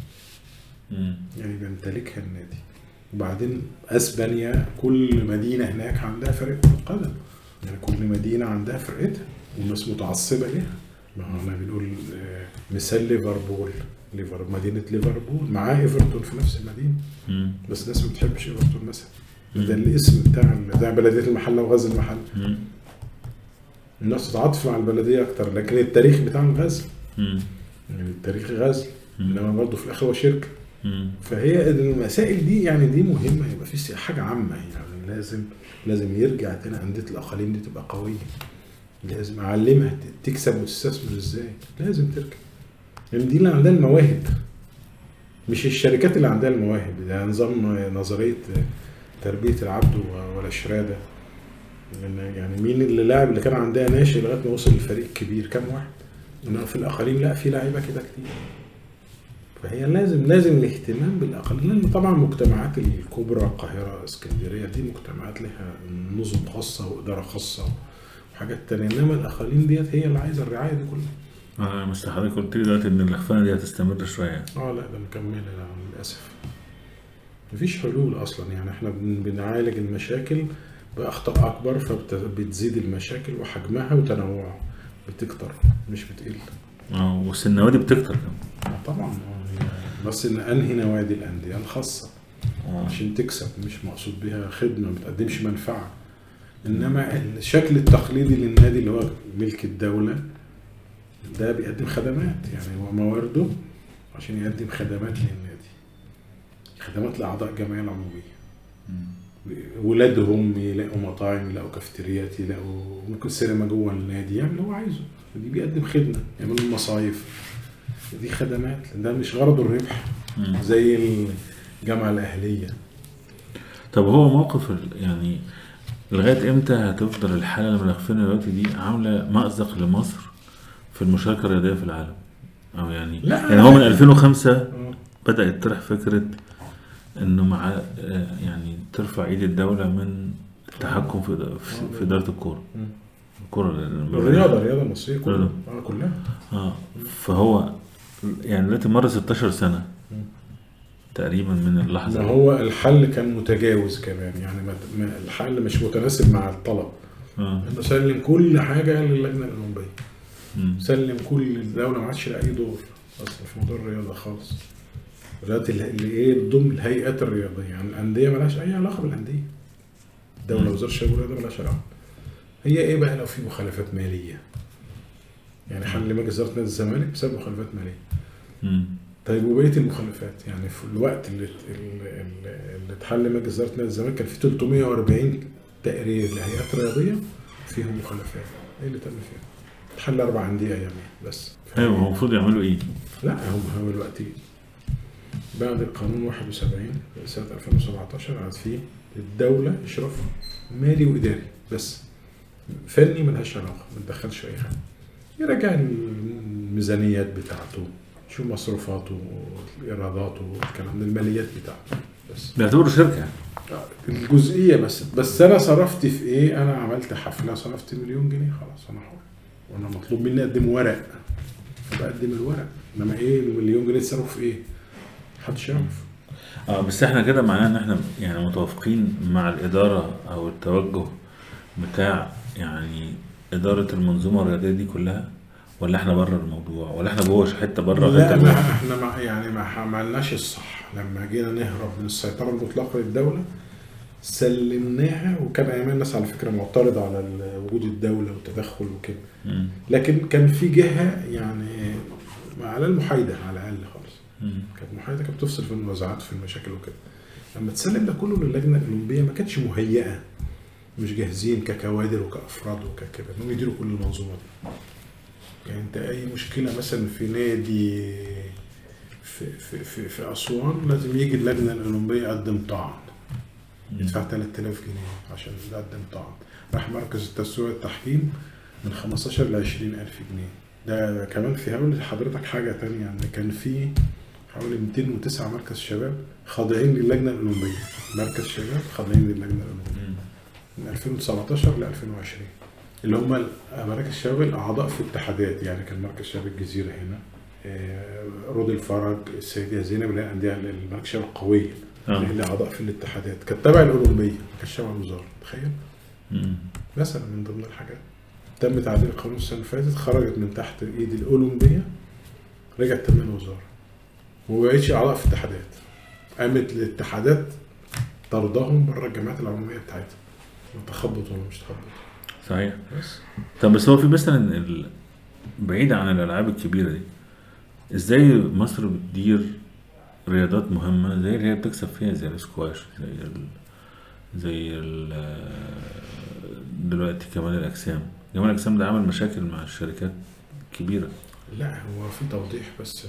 يعني بيمتلكها النادي. وبعدين اسبانيا كل مدينه هناك عندها فريق كره قدم، يعني كل مدينه عندها فرقتها والناس متعصبه ليها. ما احنا بنقول مثال ليفربول، مدينه ليفربول معاه ايفرتون في نفس المدينه، بس الناس ما بتحبش ايفرتون مثلا، ده الاسم بتاع بلديه المحله وغزل المحله. الناس تتعاطف مع البلديه اكتر، لكن التاريخ بتاع الغزل يعني التاريخ غزل، انما برضه في الاخر هو شركه. فهي المسائل دي يعني دي مهمه، يبقى في حاجه عامه. يعني لازم يرجع تاني انديه الاقاليم دي تبقى قويه، لازم اعلمها تكسب وتستثمر ازاي، لازم ترجع. يعني دي اللي عندها المواهب، مش الشركات اللي عندها المواهب. ده نظام نظريه تربيه العبد ولا شراده. يعني مين اللي لاعب اللي كان عندها ناشئ لغايه ما وصل للفريق كبير؟ كام واحد؟ انما في الاقاليم لا، في لاعيبه كده كتير. فهي لازم الاهتمام بالاقاليم، لان طبعا المجتمعات الكبرى القاهره اسكندريه دي مجتمعات لها نظم خاصه واداره خاصه وحاجات تانية، انما الاقاليم ديت هي اللي عايزه الرعايه دي كلها. مش حضرتك قلت لي دلوقتي ان اللخفانه دي هتستمر شويه؟ لا ده مكمله للاسف، مفيش حلول اصلا. يعني احنا بنعالج المشاكل باخطاء اكبر، فبتزيد المشاكل وحجمها وتنوعها، بتكتر مش بتقل. والنوادي بتكتر كمان طبعا. بس ان انهي نوادي الانديه الخاصه عشان تكسب، مش مقصود بها خدمه، ما بتقدمش منفعه. انما الشكل التقليدي للنادي اللي هو ملك الدوله ده بيقدم خدمات، يعني هو موارده عشان يقدم خدمات للنادي، خدمات لاعضاء الجمعيه العموميه. ولادهم يلاقوا مطاعم، يلاقوا كافتريات، يلاقوا ممكن سينما جوه النادي، يعمل اللي هو عايزه. دي بيقدم خدمه، يعملوا المصايف، دي خدمات. ده مش غرضه الربح زي الجامعه الاهليه. طب هو موقف يعني لغايه امتى هتفضل الحاله الملخفنه دلوقتي دي عامله مأزق لمصر في المشاركه الرياضيه في العالم؟ او يعني هو من 2005 بدأ يطرح فكره انه مع يعني ترفع ايد الدوله من التحكم في اداره الكوره. الرياضه المصريه كلها. فهو يعني دلوقتي مر 16 سنه تقريبا من اللحظة. ما هو الحل كان متجاوز كمان، يعني الحل مش متناسب مع الطلب. انه سلم كل حاجة للجنة الأولمبية، سلم كل الدولة، ما عادش لها أي دور أصلا في موضوع الرياضة خالص. دلوقتي اللي إيه ضمن الهيئات الرياضية، يعني الأندية ملهاش أي علاقة بالأندية. الدولة وزارة الشباب والرياضة ملهاش علاقة. هي إيه بقى لو في مخالفات مالية؟ يعني حل مجلس إدارة نادي الزمالك بسبب مخالفات مالية. طيب وبقية المخالفات، يعني في الوقت اللي اتحل مجلس إدارة نادي الزمالك كان في 340 تقرير لهيئات رياضية فيهم مخالفات. إيه اللي تم فيها؟ اتحل 4 أندية أيامها بس. ايوه هو المفروض يعملوا ايه؟ لا هم دلوقتي بعد القانون 71 سنة 2017 عاد فيه الدولة إشراف مالي وإداري بس، فني ملهاش علاقة، ما تدخلش أي حاجة. يراجع الميزانيات بتاعته، شو مصروفاته وإيراداته والكلام ده، الماليات بتاعته بس. بيعتبروا شركة الجزئية بس أنا صرفت في إيه؟ أنا عملت حفلة صرفت 1,000,000 جنيه، خلاص أنا حر، وأنا مطلوب مني أقدم ورق، بقدم الورق. إنما إيه 1,000,000 جنيه تصرف في إيه؟ محدش يعرف. بس احنا كده معناه ان احنا يعني متوافقين مع الإدارة او التوجه بتاع يعني إدارة المنظومة الرياضية دي كلها، ولا احنا بره الموضوع، ولا احنا جوه حتة بره لا حتة جوه؟ احنا ما عملناش الصح. لما جينا نهرب من السيطرة المطلقة للدولة سلمناها، وكان ايام الناس على فكرة معترضة على وجود الدولة والتدخل وكده، لكن كان في جهة يعني على المحايدة على الأقل خالص، كانت محايدة، كانت بتفصل في المنازعات في المشاكل وكده. لما تسلم ده كله للجنة الأولمبية ما كانتش مهيئة، مش جاهزين ككوادر وكأفراد وككده انهم يديروا كل المنظومة دي. يعني انت اي مشكلة مثلا في نادي في أسوان لازم يجي اللجنة الأولمبية يقدم طعن، يدفع 3000 جنيه عشان يقدم طعن. راح مركز التسوية والتحكيم من 15 ل 20,000 جنيه. ده كمان في هقول لحضرتك حاجة تانية، يعني كان في حوالي 209 مركز شباب خاضعين للجنة الأولمبية، مركز شباب خاضعين للجنة الأولمبية من 2019 ل 2020، اللي هم مراكز الشباب الأعضاء في اتحادات. يعني كان مركز شباب الجزيرة هنا، رود الفرج، السيدة زينب، اللي هي الأندية المراكز الشباب القوية اللي أعضاء في الاتحادات، كانت تبع الأولمبية، كانت تبع الوزارة. تخيل مثلا من ضمن الحاجات تم تعديل القانون السنة اللي فاتت، خرجت من تحت إيد الأولمبية رجعت تم الوزارة، ومبقتش أعضاء في اتحادات، قامت الاتحادات طردهم بره الجامعات العمومية بتاعتها. تخبط ولا مش تخبط؟ صحيح. طب بس هو في مثلا بعيد عن الألعاب الكبيرة دي، ازاي مصر بتدير رياضات مهمة زي اللي هي بتكسب فيها، زي الاسكواش، زي دلوقتي كمال الأجسام. كمال الأجسام ده عمل مشاكل مع الشركات الكبيرة. لا هو في توضيح بس،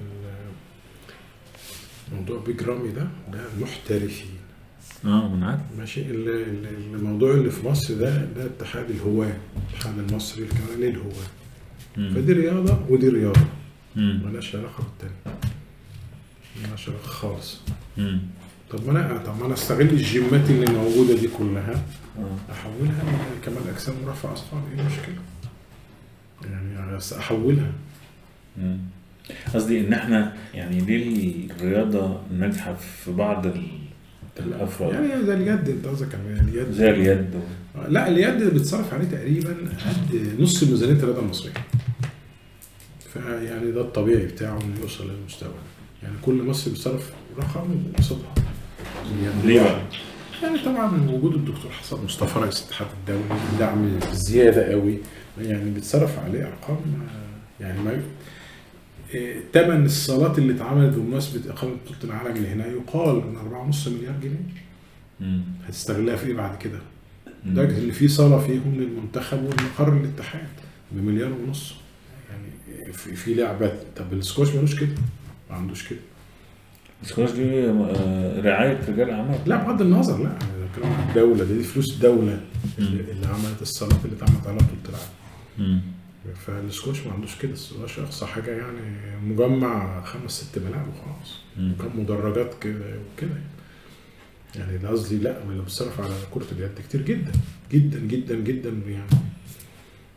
الموضوع بيج رامي ده محترفين. من عارف. ماشي. الموضوع اللي في مصر ده اتحاد الهواة، الاتحاد المصري لكمال الهواة. فدي رياضة ودي رياضة، مالهاش علاقة بالتاني، مالهاش علاقة خالص. طب ما انا استغل الجيمات اللي موجودة دي كلها احولها لكمال اجسام ورفع اثقال. ايه المشكلة؟ يعني احولها. قصدي ان احنا يعني ليه الرياضة ناجحة في بعض الافراد، يعني زي اليد، انت قصدك على اليد؟ زي اليد لا اليد اللي بتصرف عليه تقريبا قد نص ميزانية الرياضة المصرية، فيعني ده الطبيعي بتاعه انه يوصل للمستوى. يعني كل مصر بيصرف رقم قصادها. ليه بقى؟ يعني طبعا وجود الدكتور حسن مصطفى رئيس الاتحاد الدولي دعم زيادة قوي، يعني بيتصرف عليه ارقام. يعني ما تمن الصالات اللي اتعملت بمناسبة إقامة بطولة العالم اللي هنا يقال من 4.5 مليار جنيه. هتستغلها في إيه بعد كده؟ لدرجة إن في صالة فيهم للمنتخب والمقر للاتحاد ب1.5 مليار. يعني في لعبات. طب السكواش مالوش كده، ما عندوش كده. السكواش دي رعاية رجال أعمال. لا بغض النظر، لا كلام عن الدولة، دي فلوس الدولة اللي عملت الصالات اللي اتعملت على بطولة العالم. فالسكواش ما عندوش كده. السكواش اقصى حاجه يعني مجمع 5-6 ملاعب وخلاص، وكم مدرجات كده وكده. يعني قصدي لا، اللي بيصرف على كره اليد كتير جدا جدا جدا جدا، يعني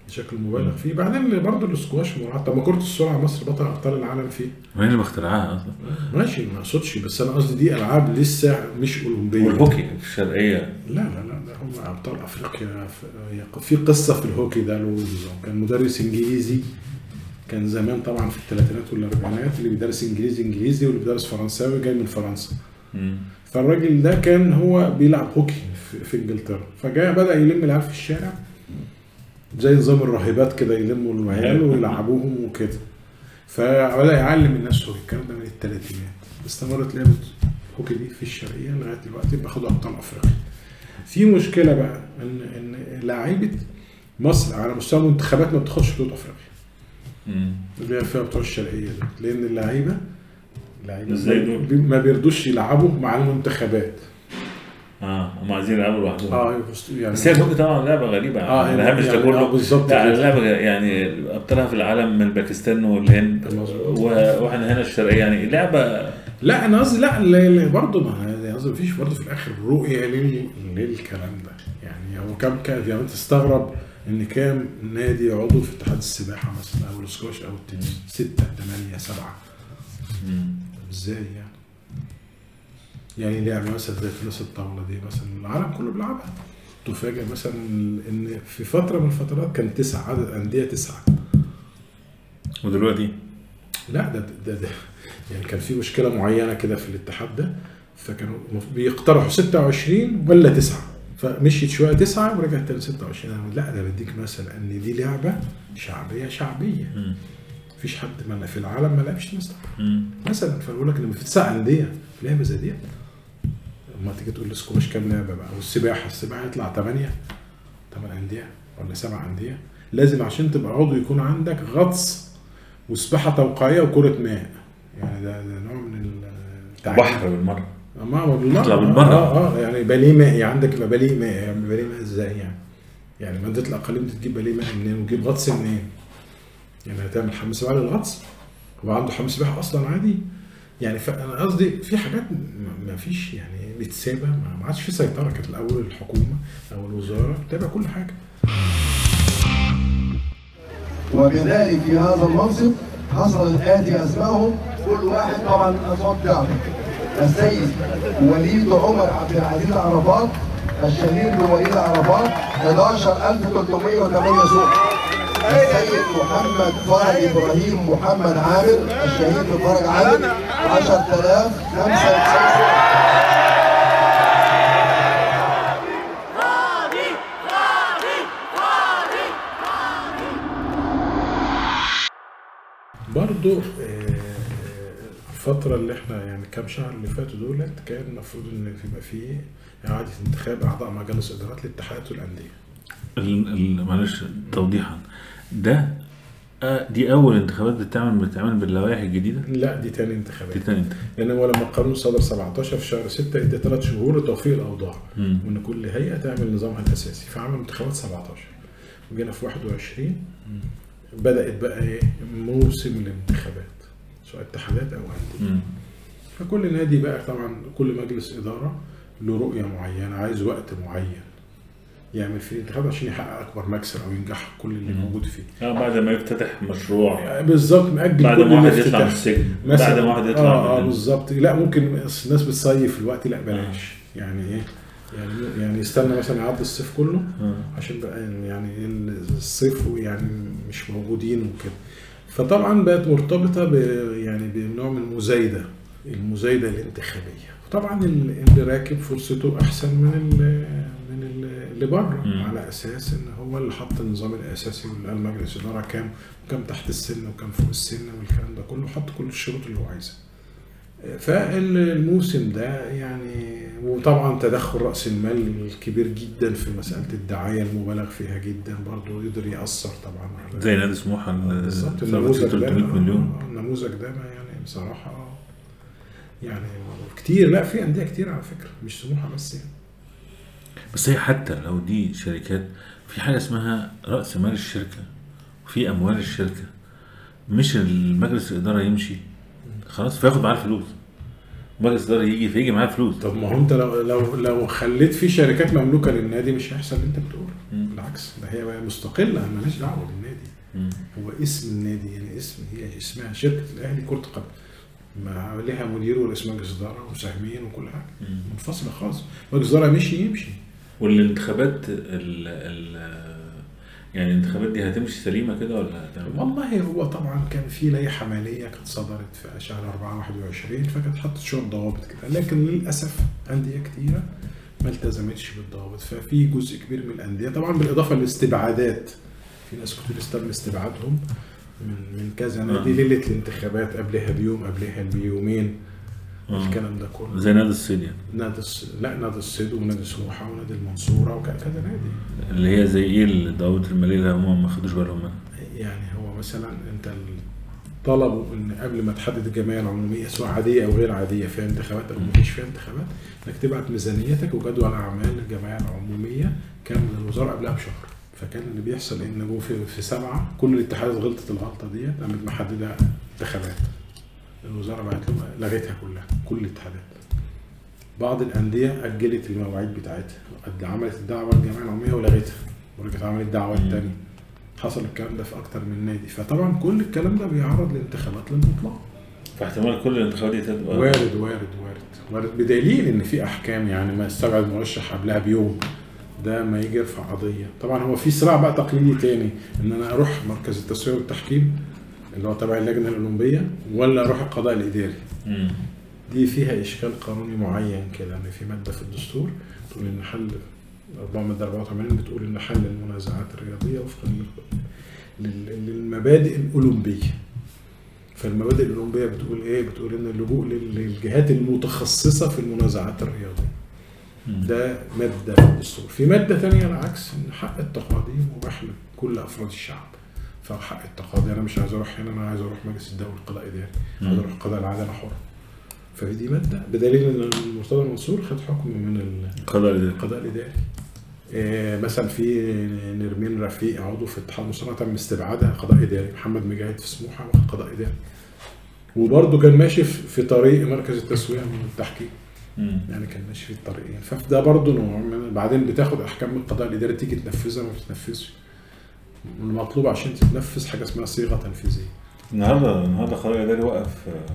بشكل مبالغ فيه. بعدين برضه الاسكواش حتى ما كرة السرعة مصر بطل ابطال العالم فيه. وين اللي مخترعها اصلا؟ ماشي ما اقصدش، بس انا قصدي دي العاب لسه مش اولمبيه. والهوكي في الشرقيه لا هم ابطال افريقيا. في قصه في الهوكي ده له، كان مدرس انجليزي كان زمان طبعا في الثلاثينات والاربعينات، اللي بيدرس انجليزي واللي بيدرس فرنساوي جاي من فرنسا. فالراجل ده كان هو بيلعب هوكي في انجلترا، فجاء بدا يلم العيال في الشارع زي نظام الراهبات كده، يلموا العيال ويلعبوهم وكده. فبدا يعلم الناس هوكي. الكلام ده من الثلاثينات. استمرت لعبه الهوكي دي في الشرقيه لغايه دلوقتي، باخدوا ابطال افريقيا. في مشكله بقى ان لاعيبه مصر على مستوى المنتخبات ما بتاخدش بطوله افريقيا اللي هي فيها بتوع الشرقيه دي، لان اللعيبه ما بيردوش يلعبوا مع المنتخبات. هم عايزين يلعبوا لوحدهم. يعني بس هي الهوكي طبعا لعبه غريبه. الهامش ده كله بالظبط. لا اللعبه يعني ابطالها في العالم من باكستان والهند واحنا هنا الشرقيه، يعني لعبه. لا انا قصدي لا برضه ما قصدي مفيش برضه في الاخر رؤيه للكلام ده. يعني هو كام يعني انت تستغرب ان كام نادي عضو في اتحاد السباحه مثلا او السكواش او التنس؟ 6 8 7. ازاي يعني لعبه مثلا زي تنس الطاوله دي مثلا العالم كله بيلعبها. تفاجئ مثلا ان في فتره من الفترات كان 9 عدد انديه 9، ودلوقتي لا ده يعني كان في مشكله معينه كده في الاتحاد ده، فكانوا بيقترحوا 26 ولا 9، فمشيت شويه 9 ورجعت تاني 26. لا ده بديك مثلا ان دي لعبه شعبيه. مفيش حد في العالم ما لعبش تنس مثلا. فبقول لك لما في 9 انديه لعبه زي دي، لما تيجي تقول السكواش كام لعبه بقى، والسباحه يطلع 8 انديه ولا 7 انديه. لازم عشان تبقى عضو يكون عندك غطس وسباحه توقيعيه وكره ماء. يعني ده نوع من البحر بالمره. تطلع بالمره. يعني باليه مائي عندك، يبقى باليه مائي. يعني باليه مائي ازاي يعني ماده الاقاليم تجيب باليه مائي منين وتجيب غطس منين؟ يعني هتعمل حمام سباحه للغطس؟ هو عنده حمام سباحه اصلا عادي؟ يعني انا قصدي في حاجات ما فيش يعني بتسابه، ما عادش في سيطره. كانت الاول الحكومه او الوزاره بتتابع كل حاجه. وكذلك في هذا المنصب حصل الآتي أسمائهم، كل واحد طبعا الأصوات بتاعته: السيد وليد عمر عبد العزيز عرفات، الشهير بوليد عرفات 11308 صوت. السيد محمد فرج إبراهيم محمد عامر، الشهير بفرج عامر 10095 صوت. برضو الفترة اللي احنا يعني كام شهر اللي فاتوا دولت كان المفروض ان يبقى فيه اعادة انتخاب اعضاء مجالس ادارات للاتحادات والاندية. معلش توضيحا، ده دي اول انتخابات بتتعمل باللوائح الجديدة؟ لا دي تاني انتخابات. لان هو لما القانون صدر 17 في شهر 6 ادى 3 شهور لتوفيق الاوضاع وان كل هيئة تعمل نظامها الاساسي، فعمل انتخابات 17 وجينا في 21 بدأت بقى موسم الانتخابات سواء اتحادات او انديه. فكل نادي بقى طبعا كل مجلس اداره له رؤيه معينه، عايز وقت معين يعمل فيه الانتخابات عشان يحقق اكبر مكسب او ينجح كل اللي موجود فيه. بعد ما يفتتح مشروع بالظبط، مأجل بعد كل ما واحد يطلع من السجن، بعد ما واحد يطلع بالظبط. لا ممكن الناس بتصيف الوقت، لا بلاش. يعني ايه يعني يستنى مثلا يعدي الصيف كله عشان بقى يعني الصيف يعني مش موجودين وكده. فطبعا بقت مرتبطه يعني بنوع من المزايده الانتخابيه. طبعا اللي راكب فرصته احسن من اللي بره على اساس ان هو اللي حط النظام الاساسي واللي قال مجلس اداره كام تحت السن وكام فوق السن والكلام ده كله، حط كل الشروط اللي هو عايزها. فالموسم ده يعني، وطبعا تدخل رأس المال الكبير جدا في مسألة الدعاية المبالغ فيها جدا برضو يقدر يأثر طبعا زي نادي سموحة بالظبط. 300 مليون. النموذج ده يعني بصراحة يعني كتير. لا في أندية كتير على فكرة، مش سموحة بس يعني. بس هي حتى لو دي شركات، في حاجة اسمها رأس مال الشركة وفي أموال الشركة، مش المجلس الإدارة يمشي خلاص فياخد معاه الفلوس، مجلس الإدارة يجي معاه فلوس. طب ما هو انت لو خليت في شركات مملوكة للنادي مش هيحصل اللي انت بتقوله، بالعكس. بالعكس ده هي مستقله مالهاش دعوه بالنادي. هو اسم النادي يعني هي اسمها شركه الاهلي كره قدم، ما لها مدير ورئيس مجلس اداره وساهمين وكل حاجه منفصله خالص. مجلس اداره يمشي. والانتخابات يعني الانتخابات دي هتمشي سليمه كده ولا هتعمل؟ والله هو طبعا كان في لائحه ماليه كانت صدرت في شهر 4/21 فكانت حطت شويه ضوابط كده، لكن للاسف انديه كتيره ما التزمتش بالضوابط. ففي جزء كبير من الانديه طبعا بالاضافه للاستبعادات، في ناس كتير تم استبعادهم من كذا نادي ليله الانتخابات، قبلها بيوم قبلها بيومين. الكلام ده كله زي نادي الصيد يعني. نادي الصيد ونادي سموحه ونادي المنصوره وكذا نادي. اللي هي زي ايه الضوابط الماليه اللي هم ما خدوش بالهم منها؟ يعني هو مثلا انت طلبوا ان قبل ما تحدد الجمعيه العموميه سواء عاديه او غير عاديه فيها انتخابات او مفيش فيها انتخابات، انك تبعت ميزانيتك وجدول اعمال الجمعيه العموميه كان من الوزاره قبلها بشهر. فكان اللي بيحصل ان جو في 7 كل الاتحادات غلطت الغلطه ديت، قامت محدده انتخابات. الوزاره بعت له لغيتها كلها كل الاتحادات. بعض الانديه اجلت المواعيد بتاعتها، عملت الدعوه الجمعيه العموميه ولغيتها ورجعت عملت دعوه الثانيه. حصل الكلام ده في اكتر من نادي. فطبعا كل الكلام ده بيعرض للانتخابات للمطلق. فاحتمال كل الانتخابات دي تبقى وارد بدليل ان في احكام يعني ما استبعد المرشح قبلها بيوم ده ما يجي يرفع قضيه. طبعا هو في صراع بقى تقليدي تاني ان انا اروح مركز التسويه والتحكيم اللي هو تبع اللجنه الاولمبيه ولا اروح القضاء الاداري. دي فيها اشكال قانوني معين كده، ان في ماده في الدستور بتقول ان حل 484 بتقول ان حل المنازعات الرياضيه وفقا للمبادئ الاولمبيه. فالمبادئ الاولمبيه بتقول ايه؟ بتقول ان اللجوء للجهات المتخصصه في المنازعات الرياضيه. ده ماده في الدستور. في ماده ثانيه العكس، ان حق التقاضي مباح لكل افراد الشعب. فحق التقاضي انا مش عايز اروح هنا، انا عايز اروح مجلس الدوله القضاء الاداري، عايز اروح قضاء العداله حر. ففي دي ماده بدليل ان مرتضى منصور خد حكم من القضاء الاداري. مثلا في نرمين رفيق عضو في اتحاد المصارعه تم استبعادها قضاء اداري، محمد مجاهد في سموحه واخد قضاء اداري. وبرده كان ماشي في طريق مركز التسويه من التحكيم. يعني كان ماشي في الطريقين. فده برده نوع من بعدين بتاخد احكام من القضاء الاداري تيجي تنفذها ما بتتنفذش. المطلوب عشان تتنفذ حاجه اسمها صيغه تنفيذيه. النهارده قضاء الاداري وقف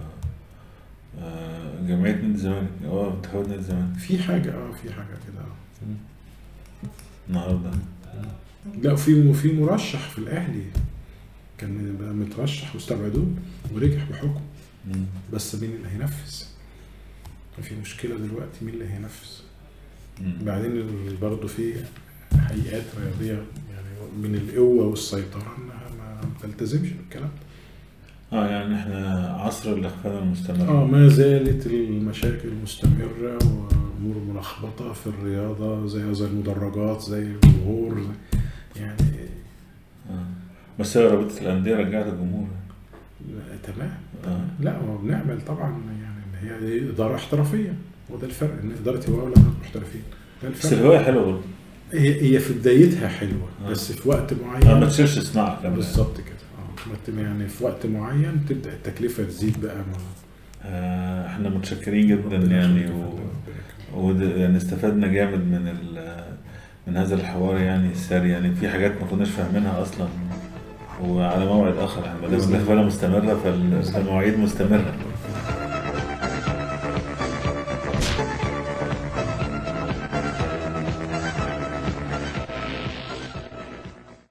جمعيه نادي الزمالك او اتحاد نادي الزمالك. في حاجه كده النهارده. لا في مرشح في الاهلي كان مترشح واستبعدوه ورجع بحكم. بس مين اللي هينفذ؟ في مشكله دلوقتي، مين اللي هينفذ؟ بعدين برضه في هيئات رياضيه يعني من القوه والسيطره انها ما تلتزمش بالكلام ده. يعني احنا عصر الاخفاق المستمر. ما زالت المشاكل مستمره وامور ملخبطه في الرياضه زي المدرجات زي الجمهور يعني. بس هي رابطه الانديه رجعت الجمهور. تمام. لا هو بنعمل طبعا يعني هي اداره احترافيه، وده الفرق ان اداره هوايه ولا محترفين. بس الهوايه حلوه برضه. هي في بدايتها حلوه بس في وقت معين ما تشيلش صناعه بالظبط كده. يعني في وقت معين تبدا التكلفه تزيد بقى. احنا متشكرين جدا يعني يعني استفدنا جامد من هذا الحوار يعني السري. يعني في حاجات ما كناش فاهمينها اصلا، وعلى موعد اخر احنا ما دام الاخبار مستمره فالمواعيد مستمره.